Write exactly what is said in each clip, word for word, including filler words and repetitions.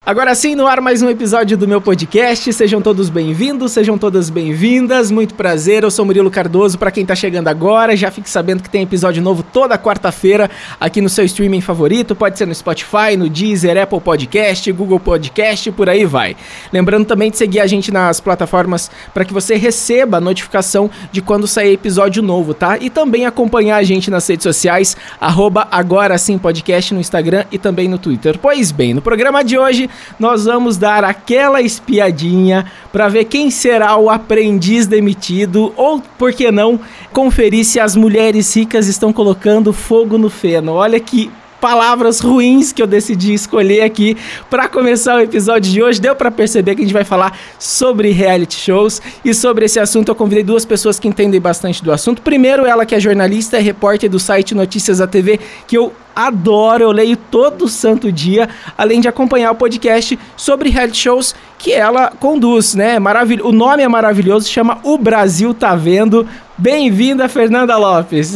Agora sim, no ar mais um episódio do meu podcast. Sejam todos bem-vindos, sejam todas bem-vindas. Muito prazer, eu sou Murilo Cardoso. Pra quem tá chegando agora, já fique sabendo que tem episódio novo toda quarta-feira aqui no seu streaming favorito. Pode ser no Spotify, no Deezer, Apple Podcast, Google Podcast, por aí vai. Lembrando também de seguir a gente nas plataformas para que você receba a notificação de quando sair episódio novo, tá? E também acompanhar a gente nas redes sociais, arroba agora sim podcast no Instagram e também no Twitter. Pois bem, no programa de hoje nós vamos dar aquela espiadinha para ver quem será o aprendiz demitido ou, por que não, conferir se as mulheres ricas estão colocando fogo no feno. Olha que palavras ruins que eu decidi escolher aqui para começar o episódio de hoje. Deu para perceber que a gente vai falar sobre reality shows, e sobre esse assunto eu convidei duas pessoas que entendem bastante do assunto. Primeiro, ela que é jornalista e repórter do site Notícias da T V, que eu adoro, eu leio todo santo dia, além de acompanhar o podcast sobre reality shows que ela conduz, né? Maravil... O nome é maravilhoso, chama O Brasil Tá Vendo. Bem-vinda, Fernanda Lopes.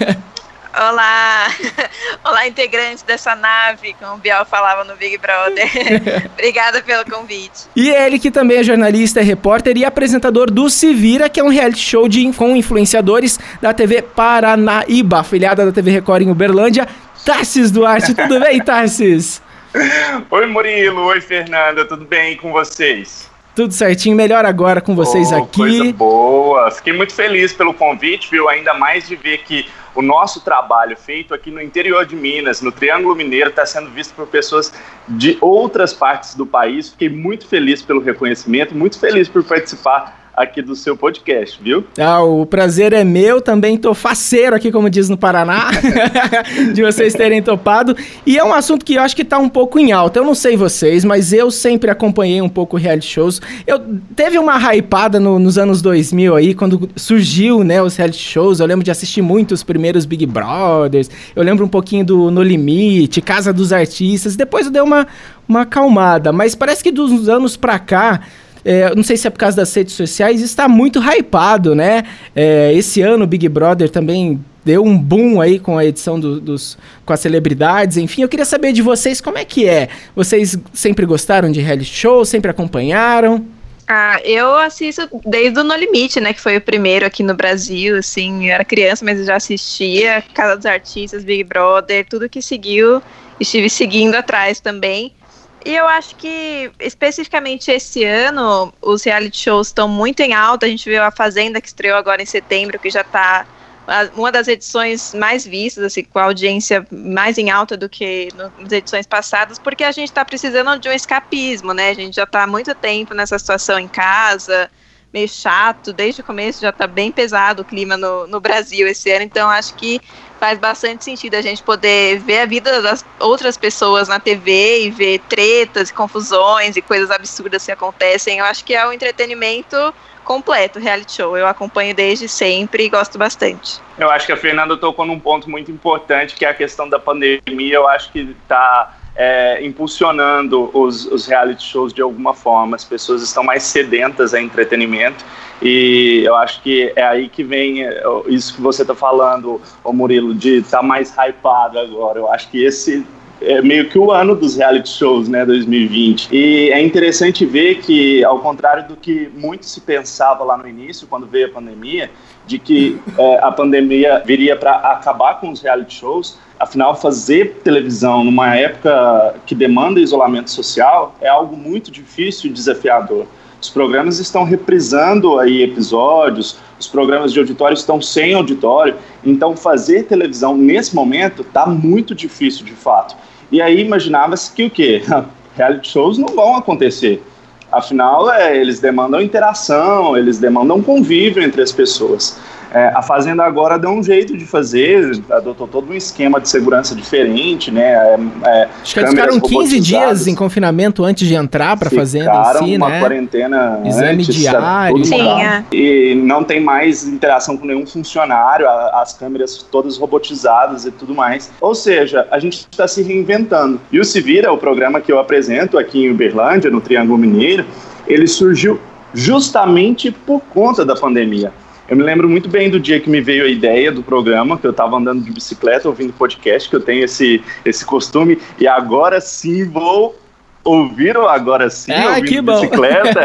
Olá, olá integrantes dessa nave, como o Bial falava no Big Brother. Obrigada pelo convite. E ele que também é jornalista, repórter e apresentador do Se Vira, que é um reality show de, com influenciadores da T V Paranaíba, afiliada da T V Record em Uberlândia, Tarsis Duarte. Tudo bem, Tarsis? Oi, Murilo. Oi, Fernanda. Tudo bem com vocês? Tudo certinho, melhor agora com vocês oh, aqui. Coisa boa. Fiquei muito feliz pelo convite, viu? Ainda mais de ver que o nosso trabalho feito aqui no interior de Minas, no Triângulo Mineiro, está sendo visto por pessoas de outras partes do país. Fiquei muito feliz pelo reconhecimento, muito feliz por participar aqui do seu podcast, viu? Ah, o prazer é meu, também tô faceiro aqui, como diz no Paraná, de vocês terem topado, e é um assunto que eu acho que tá um pouco em alta. Eu não sei vocês, mas eu sempre acompanhei um pouco reality shows. Eu teve uma hypada no, nos anos dois mil aí, quando surgiu, né, os reality shows. Eu lembro de assistir muito os primeiros Big Brothers, eu lembro um pouquinho do No Limite, Casa dos Artistas, depois eu dei uma, uma acalmada, mas parece que dos anos pra cá, É, não sei se é por causa das redes sociais, está muito hypado, né? É, esse ano o Big Brother também deu um boom aí com a edição do, dos, com as celebridades, enfim. Eu queria saber de vocês como é que é. Vocês sempre gostaram de reality show, sempre acompanharam? Ah, eu assisto desde o No Limite, né, que foi o primeiro aqui no Brasil, assim, eu era criança, mas eu já assistia Casa dos Artistas, Big Brother, tudo que seguiu, estive seguindo atrás também. E eu acho que, especificamente esse ano, os reality shows estão muito em alta. A gente viu a Fazenda, que estreou agora em setembro, que já está uma das edições mais vistas, assim, com a audiência mais em alta do que nas edições passadas, porque a gente está precisando de um escapismo, né? A gente já está há muito tempo nessa situação em casa, meio chato, desde o começo já está bem pesado o clima no, no Brasil esse ano, então acho que faz bastante sentido a gente poder ver a vida das outras pessoas na T V e ver tretas e confusões e coisas absurdas que acontecem. Eu acho que é um entretenimento completo, reality show. Eu acompanho desde sempre e gosto bastante. Eu acho que a Fernanda tocou num ponto muito importante, que é a questão da pandemia. Eu acho que está é, impulsionando os, os reality shows de alguma forma. As pessoas estão mais sedentas a entretenimento. E eu acho que é aí que vem isso que você está falando, ô Murilo, de estar tá mais hypado agora. Eu acho que esse é meio que o ano dos reality shows, né, dois mil e vinte. E é interessante ver que, ao contrário do que muito se pensava lá no início, quando veio a pandemia, de que é, a pandemia viria para acabar com os reality shows, afinal, fazer televisão numa época que demanda isolamento social é algo muito difícil e desafiador. Os programas estão reprisando aí episódios, os programas de auditório estão sem auditório, então fazer televisão nesse momento está muito difícil de fato. E aí imaginava-se que o quê? Reality shows não vão acontecer. Afinal, é, eles demandam interação, eles demandam convívio entre as pessoas. É, a Fazenda agora deu um jeito de fazer, adotou todo um esquema de segurança diferente, né? É, é, Acho que eles ficaram quinze dias em confinamento antes de entrar para a Fazenda em si, uma né? quarentena Exame antes, diário. Sim, é. E não tem mais interação com nenhum funcionário, a, as câmeras todas robotizadas e tudo mais. Ou seja, a gente está se reinventando. E o Se Vira, o programa que eu apresento aqui em Uberlândia, no Triângulo Mineiro, ele surgiu justamente por conta da pandemia. Eu me lembro muito bem do dia que me veio a ideia do programa, que eu estava andando de bicicleta, ouvindo podcast, que eu tenho esse, esse costume, e agora sim vou ouviram agora sim, ah, ouvindo que de bicicleta,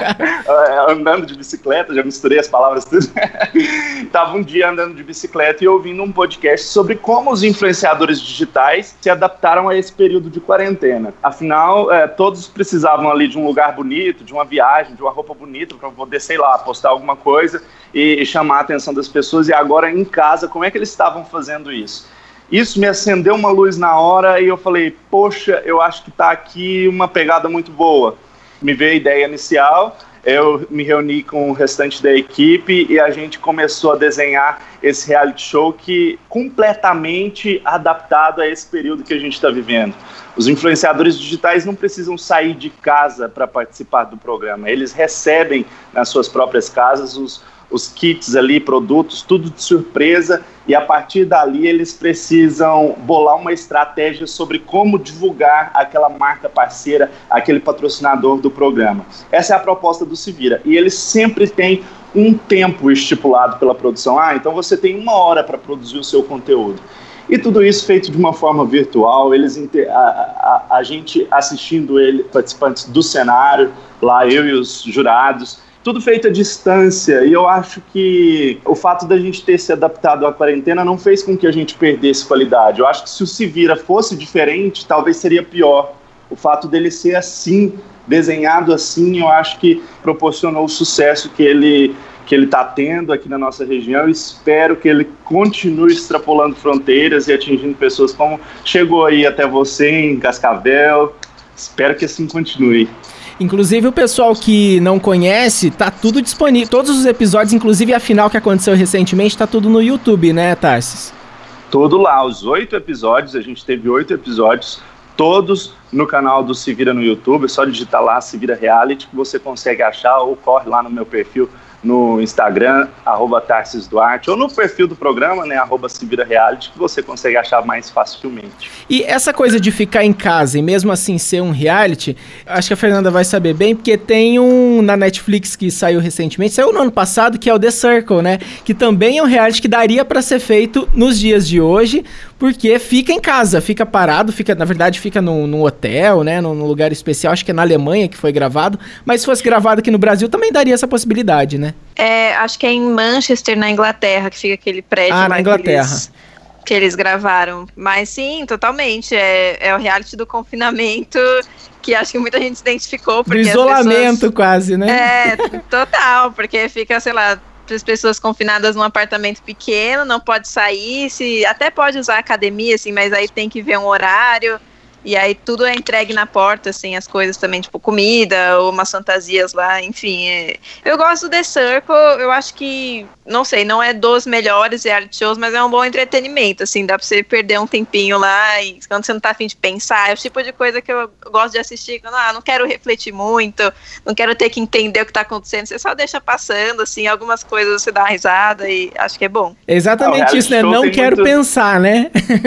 andando de bicicleta, já misturei as palavras tudo. Tava um dia andando de bicicleta e ouvindo um podcast sobre como os influenciadores digitais se adaptaram a esse período de quarentena. Afinal, é, todos precisavam ali de um lugar bonito, de uma viagem, de uma roupa bonita para poder, sei lá, postar alguma coisa e, e chamar a atenção das pessoas. E agora em casa, como é que eles estavam fazendo isso? Isso me acendeu uma luz na hora e eu falei, poxa, eu acho que está aqui uma pegada muito boa. Me veio a ideia inicial, eu me reuni com o restante da equipe e a gente começou a desenhar esse reality show que completamente adaptado a esse período que a gente está vivendo. Os influenciadores digitais não precisam sair de casa para participar do programa, eles recebem nas suas próprias casas os os kits ali, produtos, tudo de surpresa, e a partir dali eles precisam bolar uma estratégia sobre como divulgar aquela marca parceira, aquele patrocinador do programa. Essa é a proposta do Se Vira, e eles sempre têm um tempo estipulado pela produção. Ah, então você tem uma hora para produzir o seu conteúdo. E tudo isso feito de uma forma virtual, eles, a, a, a gente assistindo ele, participantes do cenário, lá eu e os jurados, tudo feito à distância, e eu acho que o fato da gente ter se adaptado à quarentena não fez com que a gente perdesse qualidade. Eu acho que se o Se Vira fosse diferente, talvez seria pior. O fato dele ser assim, desenhado assim, eu acho que proporcionou o sucesso que ele que ele está tendo aqui na nossa região. Eu espero que ele continue extrapolando fronteiras e atingindo pessoas como chegou aí até você em Cascavel. Espero que assim continue. Inclusive, o pessoal que não conhece, tá tudo disponível. Todos os episódios, inclusive a final que aconteceu recentemente, tá tudo no YouTube, né, Tarsis? Tudo lá, os oito episódios, a gente teve oito episódios, todos no canal do Se Vira no YouTube. É só digitar lá Se Vira Reality que você consegue achar, ou corre lá no meu perfil no Instagram, arroba Tarsis Duarte, ou no perfil do programa, né, arroba Se Vira Reality, que você consegue achar mais facilmente. E essa coisa de ficar em casa e mesmo assim ser um reality, acho que a Fernanda vai saber bem, porque tem um na Netflix que saiu recentemente, saiu no ano passado, que é o The Circle, né, que também é um reality que daria para ser feito nos dias de hoje, porque fica em casa, fica parado, fica, na verdade fica num, num hotel, né, num, num lugar especial, acho que é na Alemanha que foi gravado, mas se fosse gravado aqui no Brasil também daria essa possibilidade, né? É, acho que é em Manchester, na Inglaterra, que fica aquele prédio ah, lá na Inglaterra. Que, eles, que eles gravaram. Mas sim, totalmente. É, é o reality do confinamento, que acho que muita gente se identificou. Porque do isolamento as pessoas, quase, né? É, total, porque fica, sei lá, as pessoas confinadas num apartamento pequeno, não pode sair, se, até pode usar academia, assim, mas aí tem que ver um horário. E aí tudo é entregue na porta, assim, as coisas também, tipo comida ou umas fantasias lá, enfim. É... Eu gosto do The Circle, eu acho que, não sei, não é dos melhores reality shows, mas é um bom entretenimento, assim, dá pra você perder um tempinho lá e quando você não tá a fim de pensar, é o tipo de coisa que eu gosto de assistir, quando, ah, não quero refletir muito, não quero ter que entender o que tá acontecendo, você só deixa passando, assim, algumas coisas você dá uma risada e acho que é bom. É exatamente ah, isso, né? Não quero muito... pensar, né?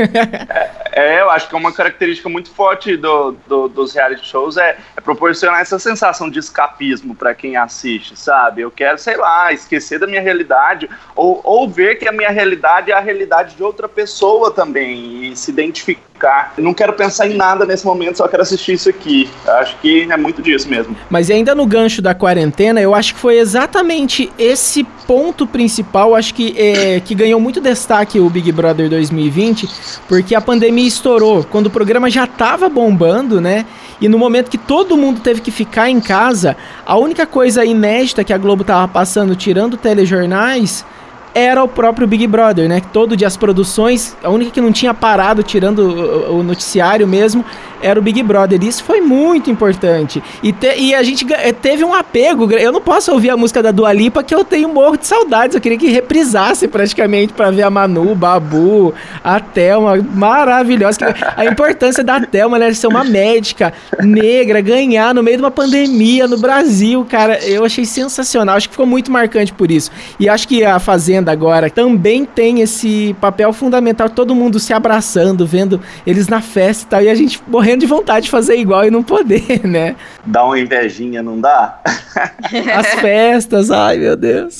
é, é, eu acho que é uma característica muito forte do, do, dos reality shows é, é proporcionar essa sensação de escapismo para quem assiste, sabe? Eu quero, sei lá, esquecer da minha realidade ou, ou ver que a minha realidade é a realidade de outra pessoa também e se identificar. Eu não quero pensar em nada nesse momento, só quero assistir isso aqui. Eu acho que é muito disso mesmo. Mas ainda no gancho da quarentena, eu acho que foi exatamente esse ponto principal, acho que, é, que ganhou muito destaque o Big Brother dois mil e vinte, porque a pandemia estourou, quando o programa já tava bombando, né? E no momento que todo mundo teve que ficar em casa, a única coisa inédita que a Globo tava passando, tirando telejornais, era o próprio Big Brother, né? Todo dia as produções, a única que não tinha parado, tirando o, o noticiário mesmo, era o Big Brother. Isso foi muito importante. E, te, e a gente teve um apego. Eu não posso ouvir a música da Dua Lipa, que eu tenho um morro de saudades. Eu queria que reprisasse praticamente para ver a Manu, Babu, a Thelma, maravilhosa. A importância da Thelma, né, ser uma médica negra, ganhar no meio de uma pandemia no Brasil, cara, eu achei sensacional. Acho que ficou muito marcante por isso. E acho que a Fazenda agora também tem esse papel fundamental, todo mundo se abraçando, vendo eles na festa e tal, e a gente morrendo de vontade de fazer igual e não poder, né? Dá uma invejinha, não dá? As festas, ai meu Deus.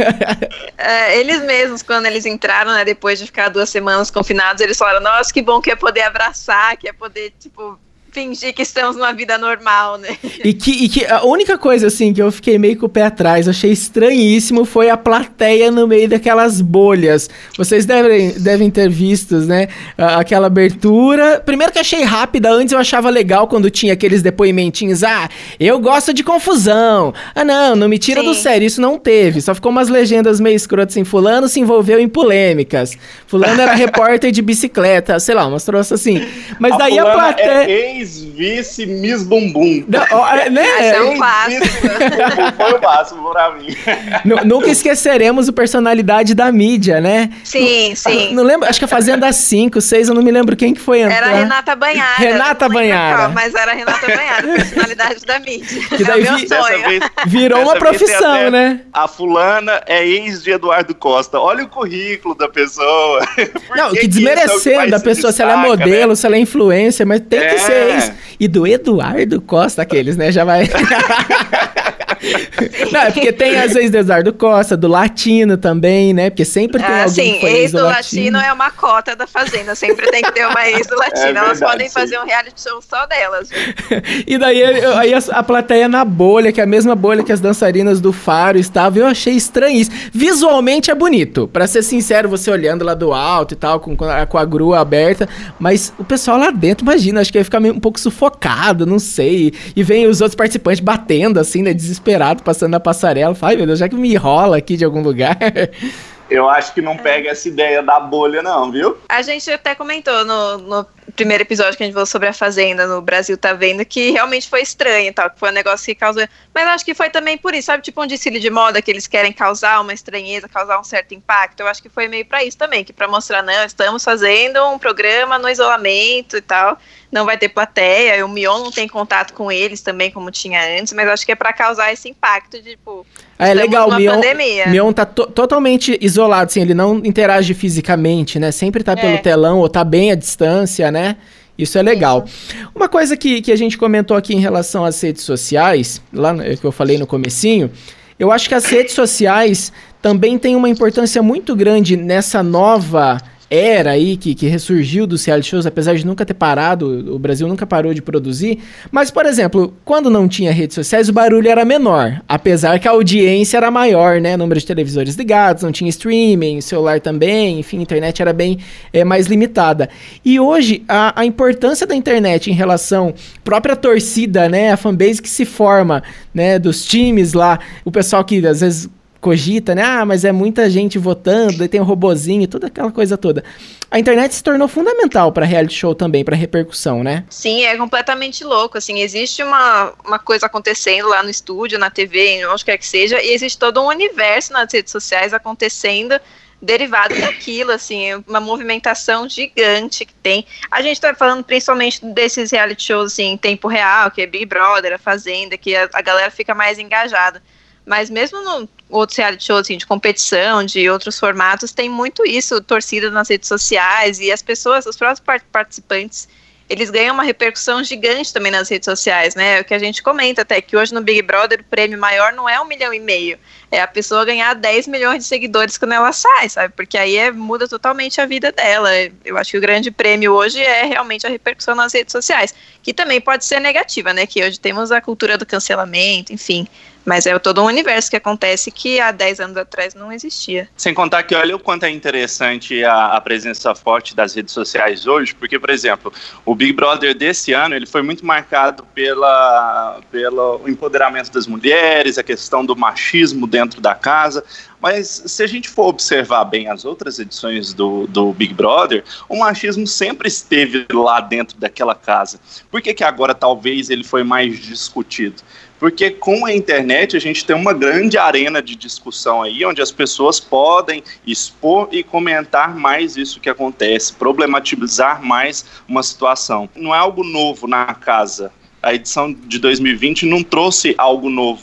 É, eles mesmos, quando eles entraram, né, depois de ficar duas semanas confinados, eles falaram, nossa, que bom que é poder abraçar, que é poder, tipo, fingir que estamos numa vida normal, né? E que, e que a única coisa, assim, que eu fiquei meio com o pé atrás, achei estranhíssimo, foi a plateia no meio daquelas bolhas. Vocês devem, devem ter visto, né, aquela abertura. Primeiro que achei rápida, antes eu achava legal quando tinha aqueles depoimentinhos, ah, eu gosto de confusão. Ah, não, não me tira Sim. do sério, isso não teve. Só ficou umas legendas meio escrotas assim, fulano se envolveu em polêmicas. Fulano era repórter de bicicleta, sei lá, umas troças assim. Mas a daí a plateia... é ex-vice Miss Bumbum. Não, né? É um clássico. Foi o máximo pra mim. N- nunca esqueceremos o personalidade da mídia, né? Sim, não, sim. Não lembro, acho que a Fazenda cinco, seis, eu não me lembro quem que foi entrar. Era a Renata Banhara. Renata Banhara. Qual, mas era a Renata Banhara, personalidade da mídia. Que daí é o meu vi, sonho. Vez, virou uma profissão, né? A fulana é ex de Eduardo Costa. Olha o currículo da pessoa. Não, que, que desmerecendo é da pessoa, destaca, se ela é modelo, né? Se ela é influencer, mas tem é. que ser ex. E do Eduardo Costa, aqueles, né? Já vai... Não, é porque tem às vezes do Eduardo Costa, do Latino também, né? Porque sempre tem ah, alguém sim, que foi ex do, do Latino. Latino é uma cota da Fazenda, sempre tem que ter uma ex do Latino. É verdade, elas podem sim. fazer um reality show só delas. E daí aí a, a plateia na bolha, que é a mesma bolha que as dançarinas do Faro estavam, eu achei estranhíssimo. Visualmente é bonito, pra ser sincero, você olhando lá do alto e tal, com, com, a, com a grua aberta, mas o pessoal lá dentro, imagina, acho que ia ficar meio, um pouco sufocado, não sei. E vem os outros participantes batendo assim, né, desesperado, passando na passarela. Fala, ai meu Deus, já que me enrola aqui de algum lugar. Eu acho que não pega é. essa ideia da bolha não, viu? A gente até comentou no, no primeiro episódio que a gente falou sobre a Fazenda no Brasil Tá Vendo, que realmente foi estranho e tal, que foi um negócio que causou... Mas acho que foi também por isso, sabe? Tipo um desfile de moda que eles querem causar uma estranheza, causar um certo impacto. Eu acho que foi meio pra isso também, que pra mostrar, não, estamos fazendo um programa no isolamento e tal, não vai ter plateia, o Mion não tem contato com eles também, como tinha antes, mas acho que é pra causar esse impacto de, tipo... Ah, é legal, o Mion, Mion tá to- totalmente isolado, assim, ele não interage fisicamente, né? Sempre tá pelo é. telão ou tá bem à distância, né? Isso é legal. Isso. Uma coisa que, que a gente comentou aqui em relação às redes sociais, lá que eu falei no comecinho, eu acho que as redes sociais também têm uma importância muito grande nessa nova era aí que, que ressurgiu dos reality shows, apesar de nunca ter parado, o Brasil nunca parou de produzir, mas, por exemplo, quando não tinha redes sociais, o barulho era menor, apesar que a audiência era maior, né, número de televisores ligados, não tinha streaming, celular também, enfim, a internet era bem é, mais limitada. E hoje, a, a importância da internet em relação à própria torcida, né, a fanbase que se forma, né, dos times lá, o pessoal que às vezes cogita, né? Ah, mas é muita gente votando, e tem um robozinho, toda aquela coisa toda. A internet se tornou fundamental para reality show também, para repercussão, né? Sim, é completamente louco, assim, existe uma, uma coisa acontecendo lá no estúdio, na T V, onde quer que seja, e existe todo um universo nas redes sociais acontecendo derivado daquilo, assim, uma movimentação gigante que tem. A gente tá falando principalmente desses reality shows, assim, em tempo real, que é Big Brother, a Fazenda, que a, a galera fica mais engajada. Mas mesmo no outros reality shows, assim, de competição, de outros formatos, tem muito isso, torcida nas redes sociais, e as pessoas, os próprios participantes, eles ganham uma repercussão gigante também nas redes sociais, né? O que a gente comenta até, que hoje no Big Brother o prêmio maior não é um milhão e meio, é a pessoa ganhar dez milhões de seguidores quando ela sai, sabe? Porque aí é, muda totalmente a vida dela. Eu acho que o grande prêmio hoje é realmente a repercussão nas redes sociais, que também pode ser negativa, né? Que hoje temos a cultura do cancelamento, enfim... Mas é todo um universo que acontece que há dez anos atrás não existia. Sem contar que olha o quanto é interessante a, a presença forte das redes sociais hoje, porque, por exemplo, o Big Brother desse ano ele foi muito marcado pela, pelo empoderamento das mulheres, a questão do machismo dentro da casa. Mas se a gente for observar bem as outras edições do, do Big Brother, o machismo sempre esteve lá dentro daquela casa. Por que que agora talvez ele foi mais discutido? Porque com a internet a gente tem uma grande arena de discussão aí, onde as pessoas podem expor e comentar mais isso que acontece, problematizar mais uma situação. Não é algo novo na casa. A edição de dois mil e vinte não trouxe algo novo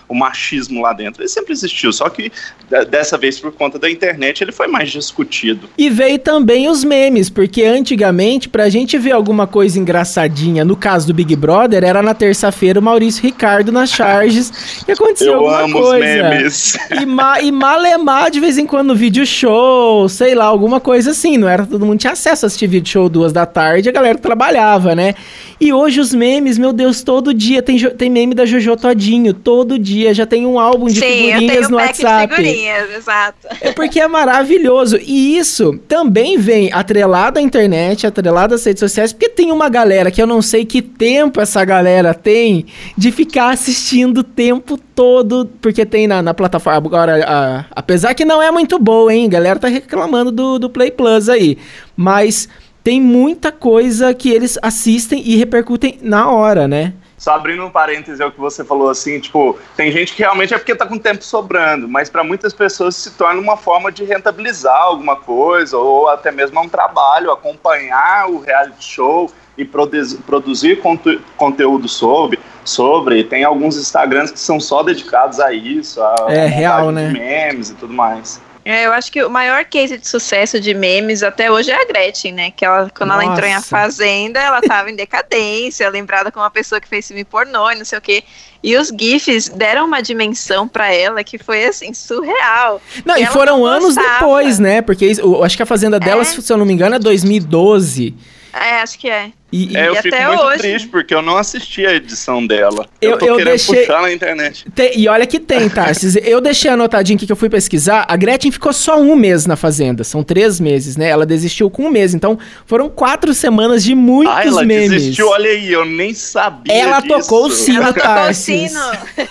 o machismo lá dentro. Ele sempre existiu, só que dessa vez, por conta da internet, ele foi mais discutido. E veio também os memes, porque antigamente, pra gente ver alguma coisa engraçadinha, no caso do Big Brother, era na terça-feira o Maurício Ricardo nas charges, e acontecia Eu alguma amo coisa. Os memes. E, ma e malemar de vez em quando no vídeo show, sei lá, alguma coisa assim. Não era todo mundo tinha acesso a assistir vídeo show duas da tarde, a galera trabalhava, né? E hoje os memes, meu Deus, todo dia tem, tem meme da Jojo Todinho, todo dia já tem um álbum de Sim, figurinhas no WhatsApp. De figurinhas, exato. É porque é maravilhoso. E isso também vem atrelado à internet, atrelado às redes sociais, porque tem uma galera que eu não sei que tempo essa galera tem de ficar assistindo o tempo todo, porque tem na, na plataforma. Agora, a, apesar que não é muito boa, hein? A galera tá reclamando do, do Play Plus aí. Mas tem muita coisa que eles assistem e repercutem na hora, né? Só abrindo um parêntese ao que você falou, assim, tipo, tem gente que realmente é porque tá com tempo sobrando, mas para muitas pessoas se torna uma forma de rentabilizar alguma coisa, ou até mesmo é um trabalho, acompanhar o reality show e produzir, produzir conte- conteúdo sobre, sobre. Tem alguns Instagrams que são só dedicados a isso, a é real, né? memes e tudo mais. É, eu acho que o maior case de sucesso de memes até hoje é a Gretchen, né? Que ela, quando Nossa. ela entrou em A Fazenda, ela tava em decadência, lembrada como uma pessoa que fez filme pornô e não sei o quê. E os GIFs deram uma dimensão pra ela que foi, assim, surreal. Não, e, e foram não anos depois, né? Porque eu acho que A Fazenda delas, é. se eu não me engano, é dois mil e doze. É, acho que é. E, é, eu e fico até muito hoje. triste, porque eu não assisti a edição dela. Eu, eu tô eu querendo deixei... puxar na internet. Tem, e olha que tem, Tarsis. Eu deixei anotadinho aqui que eu fui pesquisar. A Gretchen ficou só um mês na Fazenda. São três meses, né? Ela desistiu com um mês. Então, foram quatro semanas de muitos ah, ela memes. desistiu, olha aí. Eu nem sabia Ela disso. tocou o sino, ela Tarsis. Tocou o sino.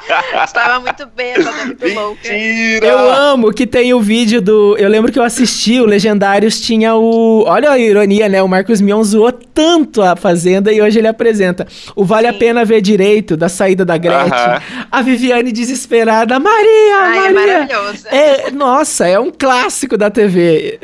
Estava muito bêbada, muito louca. Mentira! Eu amo que tem o vídeo do... Eu lembro que eu assisti, o Legendários tinha o... Olha a ironia, né? O Marcos Mion zoou tanto a Fazenda e hoje ele apresenta o Vale Sim. a Pena Ver Direito, da saída da Gretchen. Uh-huh. A Viviane desesperada, Maria, Ai, Maria. É maravilhoso. É, nossa, é um clássico da T V.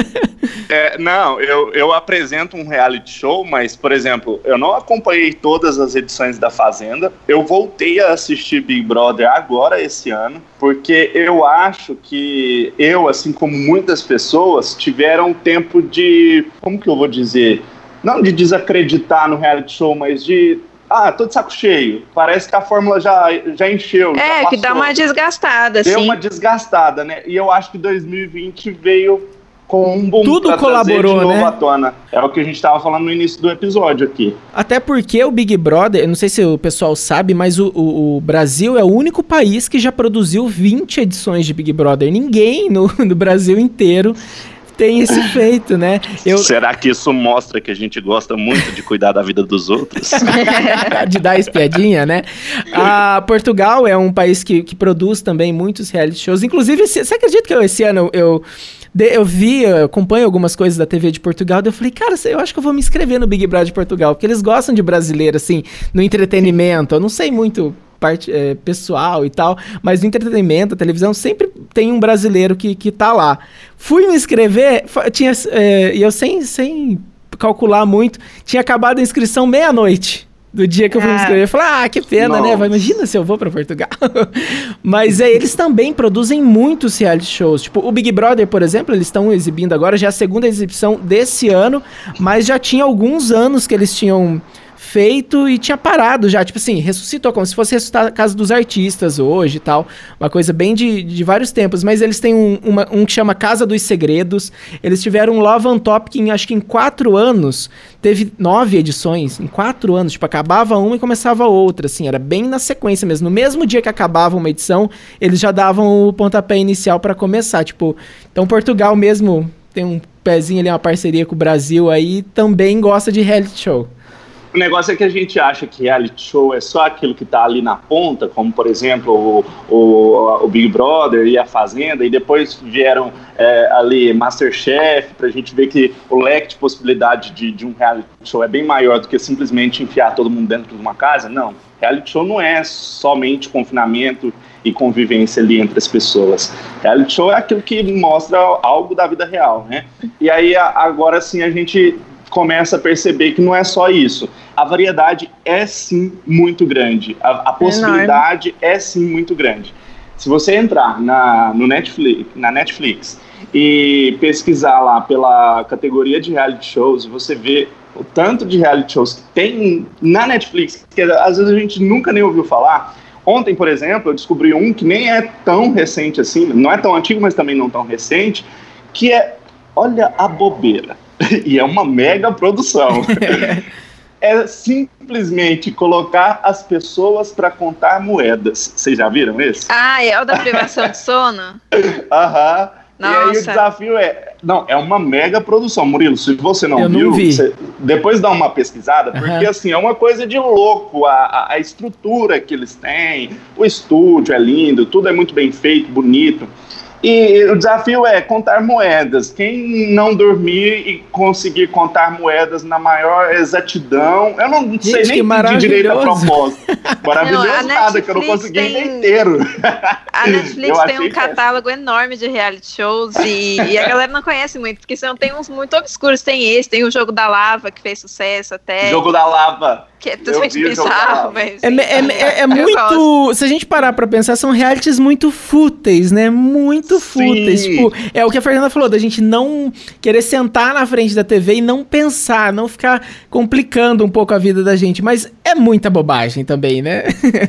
É, não, eu, eu apresento um reality show, mas, por exemplo, eu não acompanhei todas as edições da Fazenda. Eu voltei a assistir Big Brother agora, esse ano, porque eu acho que eu, assim como muitas pessoas, tiveram tempo de... Como que eu vou dizer? Não de desacreditar no reality show, mas de... Ah, tô de saco cheio. Parece que a fórmula já, já encheu. É, já que dá uma desgastada, Deu sim. uma desgastada, né? E eu acho que dois mil e vinte veio com um boom Tudo pra colaborou, trazer de novo né? à tona. É o que a gente tava falando no início do episódio aqui. Até porque o Big Brother, eu não sei se o pessoal sabe, mas o, o, o Brasil é o único país que já produziu vinte edições de Big Brother. Ninguém no, no Brasil inteiro tem esse feito, né? Eu... Será que isso mostra que a gente gosta muito de cuidar da vida dos outros? De dar espiadinha, né? A Portugal é um país que, que produz também muitos reality shows. Inclusive, você acredita que eu, esse ano eu, eu vi, eu acompanho algumas coisas da T V de Portugal, daí eu falei, cara, eu acho que eu vou me inscrever no Big Brother de Portugal, porque eles gostam de brasileiro, assim, no entretenimento. Eu não sei muito... parte é, pessoal e tal, mas no entretenimento, a televisão, sempre tem um brasileiro que, que tá lá. Fui me inscrever, tinha, é, e eu sem, sem calcular muito, tinha acabado a inscrição meia-noite do dia que eu fui me inscrever. Eu falei, ah, que pena, Nossa. né? Imagina se eu vou pra Portugal. Mas é, eles também produzem muitos reality shows. Tipo, o Big Brother, por exemplo, eles estão exibindo agora, já é a segunda exibição desse ano, mas já tinha alguns anos que eles tinham... feito e tinha parado já, tipo assim, ressuscitou, como se fosse ressuscitar a Casa dos Artistas hoje e tal, uma coisa bem de, de vários tempos, mas eles têm um, uma, um que chama Casa dos Segredos, eles tiveram um Love on Top que em, acho que em quatro anos teve nove edições, em quatro anos, tipo, acabava uma e começava outra, assim, era bem na sequência mesmo, no mesmo dia que acabava uma edição, eles já davam o pontapé inicial pra começar, tipo, então Portugal mesmo tem um pezinho ali, uma parceria com o Brasil aí, também gosta de reality show. O negócio é que a gente acha que reality show é só aquilo que tá ali na ponta, como, por exemplo, o, o, o Big Brother e a Fazenda, e depois vieram é, ali Masterchef, pra gente ver que o leque de possibilidade de, de um reality show é bem maior do que simplesmente enfiar todo mundo dentro de uma casa. Não, reality show não é somente confinamento e convivência ali entre as pessoas. Reality show é aquilo que mostra algo da vida real, né? E aí, agora sim, a gente... começa a perceber que não é só isso. a variedade é sim muito grande, a, a possibilidade é, é sim muito grande. Se você entrar na, no Netflix, na Netflix e pesquisar lá pela categoria de reality shows, você vê o tanto de reality shows que tem na Netflix, que às vezes a gente nunca nem ouviu falar. Ontem, por exemplo, eu descobri um que nem é tão recente assim, não é tão antigo, mas também não tão recente, que é, olha a bobeira, e é uma mega produção. É simplesmente colocar as pessoas para contar moedas. Vocês já viram esse? Ah, é o da privação de sono? Aham. Nossa. E aí o desafio é... Não, é uma mega produção. Murilo, se você não eu viu, não vi. Você, depois dá uma pesquisada, porque uhum. assim, é uma coisa de louco. A, a, a estrutura que eles têm, o estúdio é lindo, tudo é muito bem feito, bonito. E o desafio é contar moedas. Quem não dormir e conseguir contar moedas na maior exatidão, eu não Gente, sei nem pedir direito a propósito. Maravilhoso não, nada, que eu não consegui tem... nem inteiro. A Netflix tem um catálogo enorme de reality shows e, e a galera não conhece muito, porque senão tem uns muito obscuros. Tem esse, tem o Jogo da Lava, que fez sucesso até. Jogo da Lava. Que é totalmente bizarro, mas... É, é, é, é muito... Se a gente parar pra pensar, são realities muito fúteis, né? Muito fúteis. Tipo, é o que a Fernanda falou, da gente não querer sentar na frente da T V e não pensar, não ficar complicando um pouco a vida da gente. Mas é muita bobagem também, né?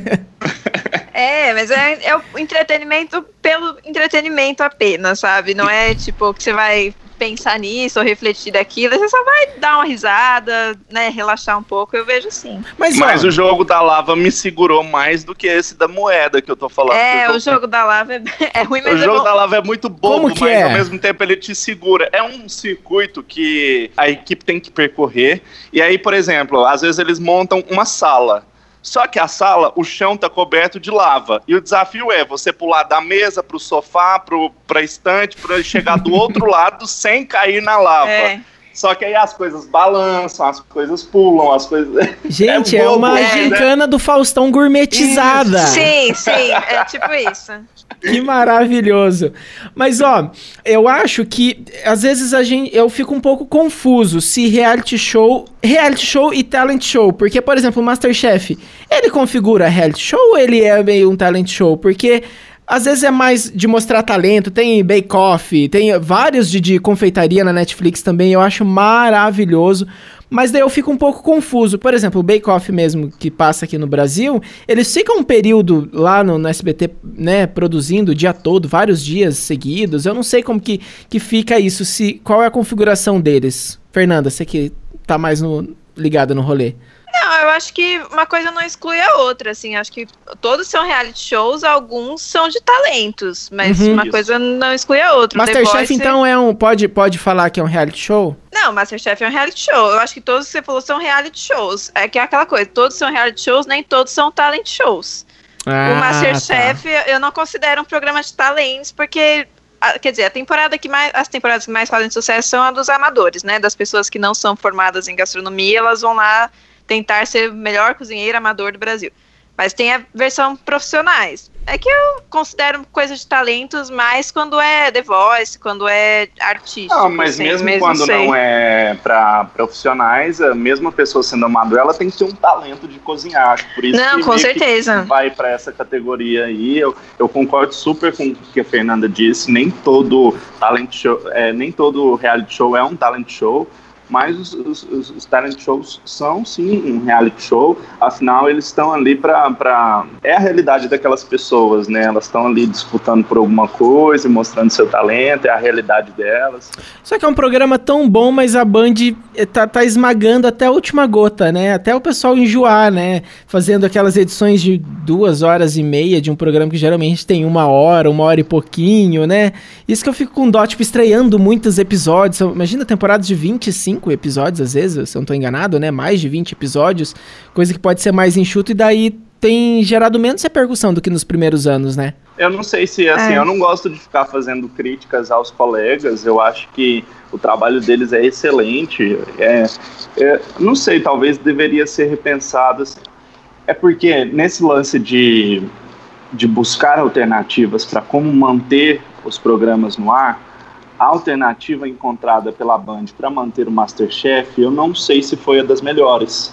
É, mas é, é o entretenimento pelo entretenimento apenas, sabe? Não é tipo que você vai pensar nisso ou refletir daquilo, você só vai dar uma risada, né, relaxar um pouco, eu vejo assim. Mas, mas o Jogo da Lava me segurou mais do que esse da moeda que eu tô falando. É, o Jogo da Lava é, é ruim, mas o é Jogo bom. da Lava é muito bobo, Como que mas é? ao mesmo tempo ele te segura. É um circuito que a equipe tem que percorrer, e aí, por exemplo, às vezes eles montam uma sala. Só que a sala, o chão tá coberto de lava. E o desafio é você pular da mesa pro sofá, pro, pra estante, pra chegar do outro lado sem cair na lava. É. Só que aí as coisas balançam, as coisas pulam, as coisas... Gente, é, é uma é, gincana né? do Faustão gourmetizada. Isso. Sim, sim, é tipo isso. Que maravilhoso. Mas, ó, eu acho que, às vezes, a gente, eu fico um pouco confuso se reality show... Reality show e talent show. Porque, por exemplo, o MasterChef, ele configura reality show ou ele é meio um talent show? Porque... Às vezes é mais de mostrar talento, tem Bake Off, tem vários de, de confeitaria na Netflix também, eu acho maravilhoso, mas daí eu fico um pouco confuso. Por exemplo, o Bake Off mesmo, que passa aqui no Brasil, eles ficam um período lá no, no S B T, né, produzindo o dia todo, vários dias seguidos, eu não sei como que, que fica isso, se, qual é a configuração deles. Fernanda, você que tá mais no, ligada no rolê. Não, eu acho que uma coisa não exclui a outra, assim, acho que todos são reality shows, alguns são de talentos, mas uhum. uma coisa não exclui a outra. MasterChef, então, é um, pode, pode falar que é um reality show? Não, MasterChef é um reality show, eu acho que todos que você falou são reality shows, é que é aquela coisa, todos são reality shows, nem todos são talent shows. Ah, o MasterChef, tá. eu não considero um programa de talentos, porque... Quer dizer, a temporada que mais, as temporadas que mais fazem sucesso são a dos amadores, né, das pessoas que não são formadas em gastronomia, elas vão lá tentar ser o melhor cozinheiro amador do Brasil. Mas tem a versão profissionais. É que eu considero coisa de talentos mais quando é The Voice, quando é artístico. Não, mas assim, mesmo, mesmo quando sei. não é para profissionais, a mesma pessoa sendo amador, ela tem que ter um talento de cozinhar. Por isso não, que com certeza. vai para essa categoria aí. Eu, eu concordo super com o que a Fernanda disse. Nem todo talent show, é, nem todo reality show é um talent show. Mas os, os, os talent shows são, sim, um reality show. Afinal, eles estão ali para... Pra... É a realidade daquelas pessoas, né? Elas estão ali disputando por alguma coisa, mostrando seu talento, é a realidade delas. Só que é um programa tão bom, mas a Band tá, tá esmagando até a última gota, né? Até o pessoal enjoar, né? Fazendo aquelas edições de duas horas e meia de um programa que geralmente tem uma hora, uma hora e pouquinho, né? Isso que eu fico com dó, tipo, estreando muitos episódios. Imagina temporadas de vinte e cinco episódios, às vezes, se eu não tô enganado, né? Mais de vinte episódios, coisa que pode ser mais enxuto e daí tem gerado menos repercussão do que nos primeiros anos, né? Eu não sei se, assim, é. eu não gosto de ficar fazendo críticas aos colegas, eu acho que o trabalho deles é excelente, é, é, não sei, talvez deveria ser repensado, assim. É porque nesse lance de, de buscar alternativas para como manter os programas no ar, a alternativa encontrada pela Band para manter o MasterChef, eu não sei se foi a das melhores.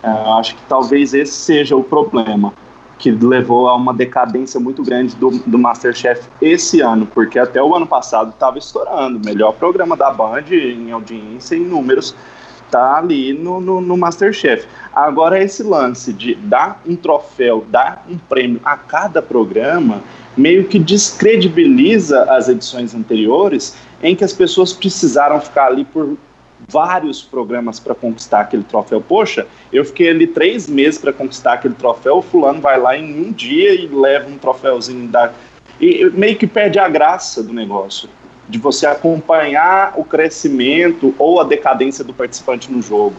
Uh, acho que talvez esse seja o problema, que levou a uma decadência muito grande do, do MasterChef esse ano, porque até o ano passado estava estourando, o melhor programa da Band em audiência e em números tá ali no, no, no MasterChef. Agora esse lance de dar um troféu, dar um prêmio a cada programa, meio que descredibiliza as edições anteriores, em que as pessoas precisaram ficar ali por vários programas para conquistar aquele troféu. Poxa, eu fiquei ali três meses para conquistar aquele troféu, o fulano vai lá em um dia e leva um troféuzinho da... e meio que perde a graça do negócio, de você acompanhar o crescimento ou a decadência do participante no jogo.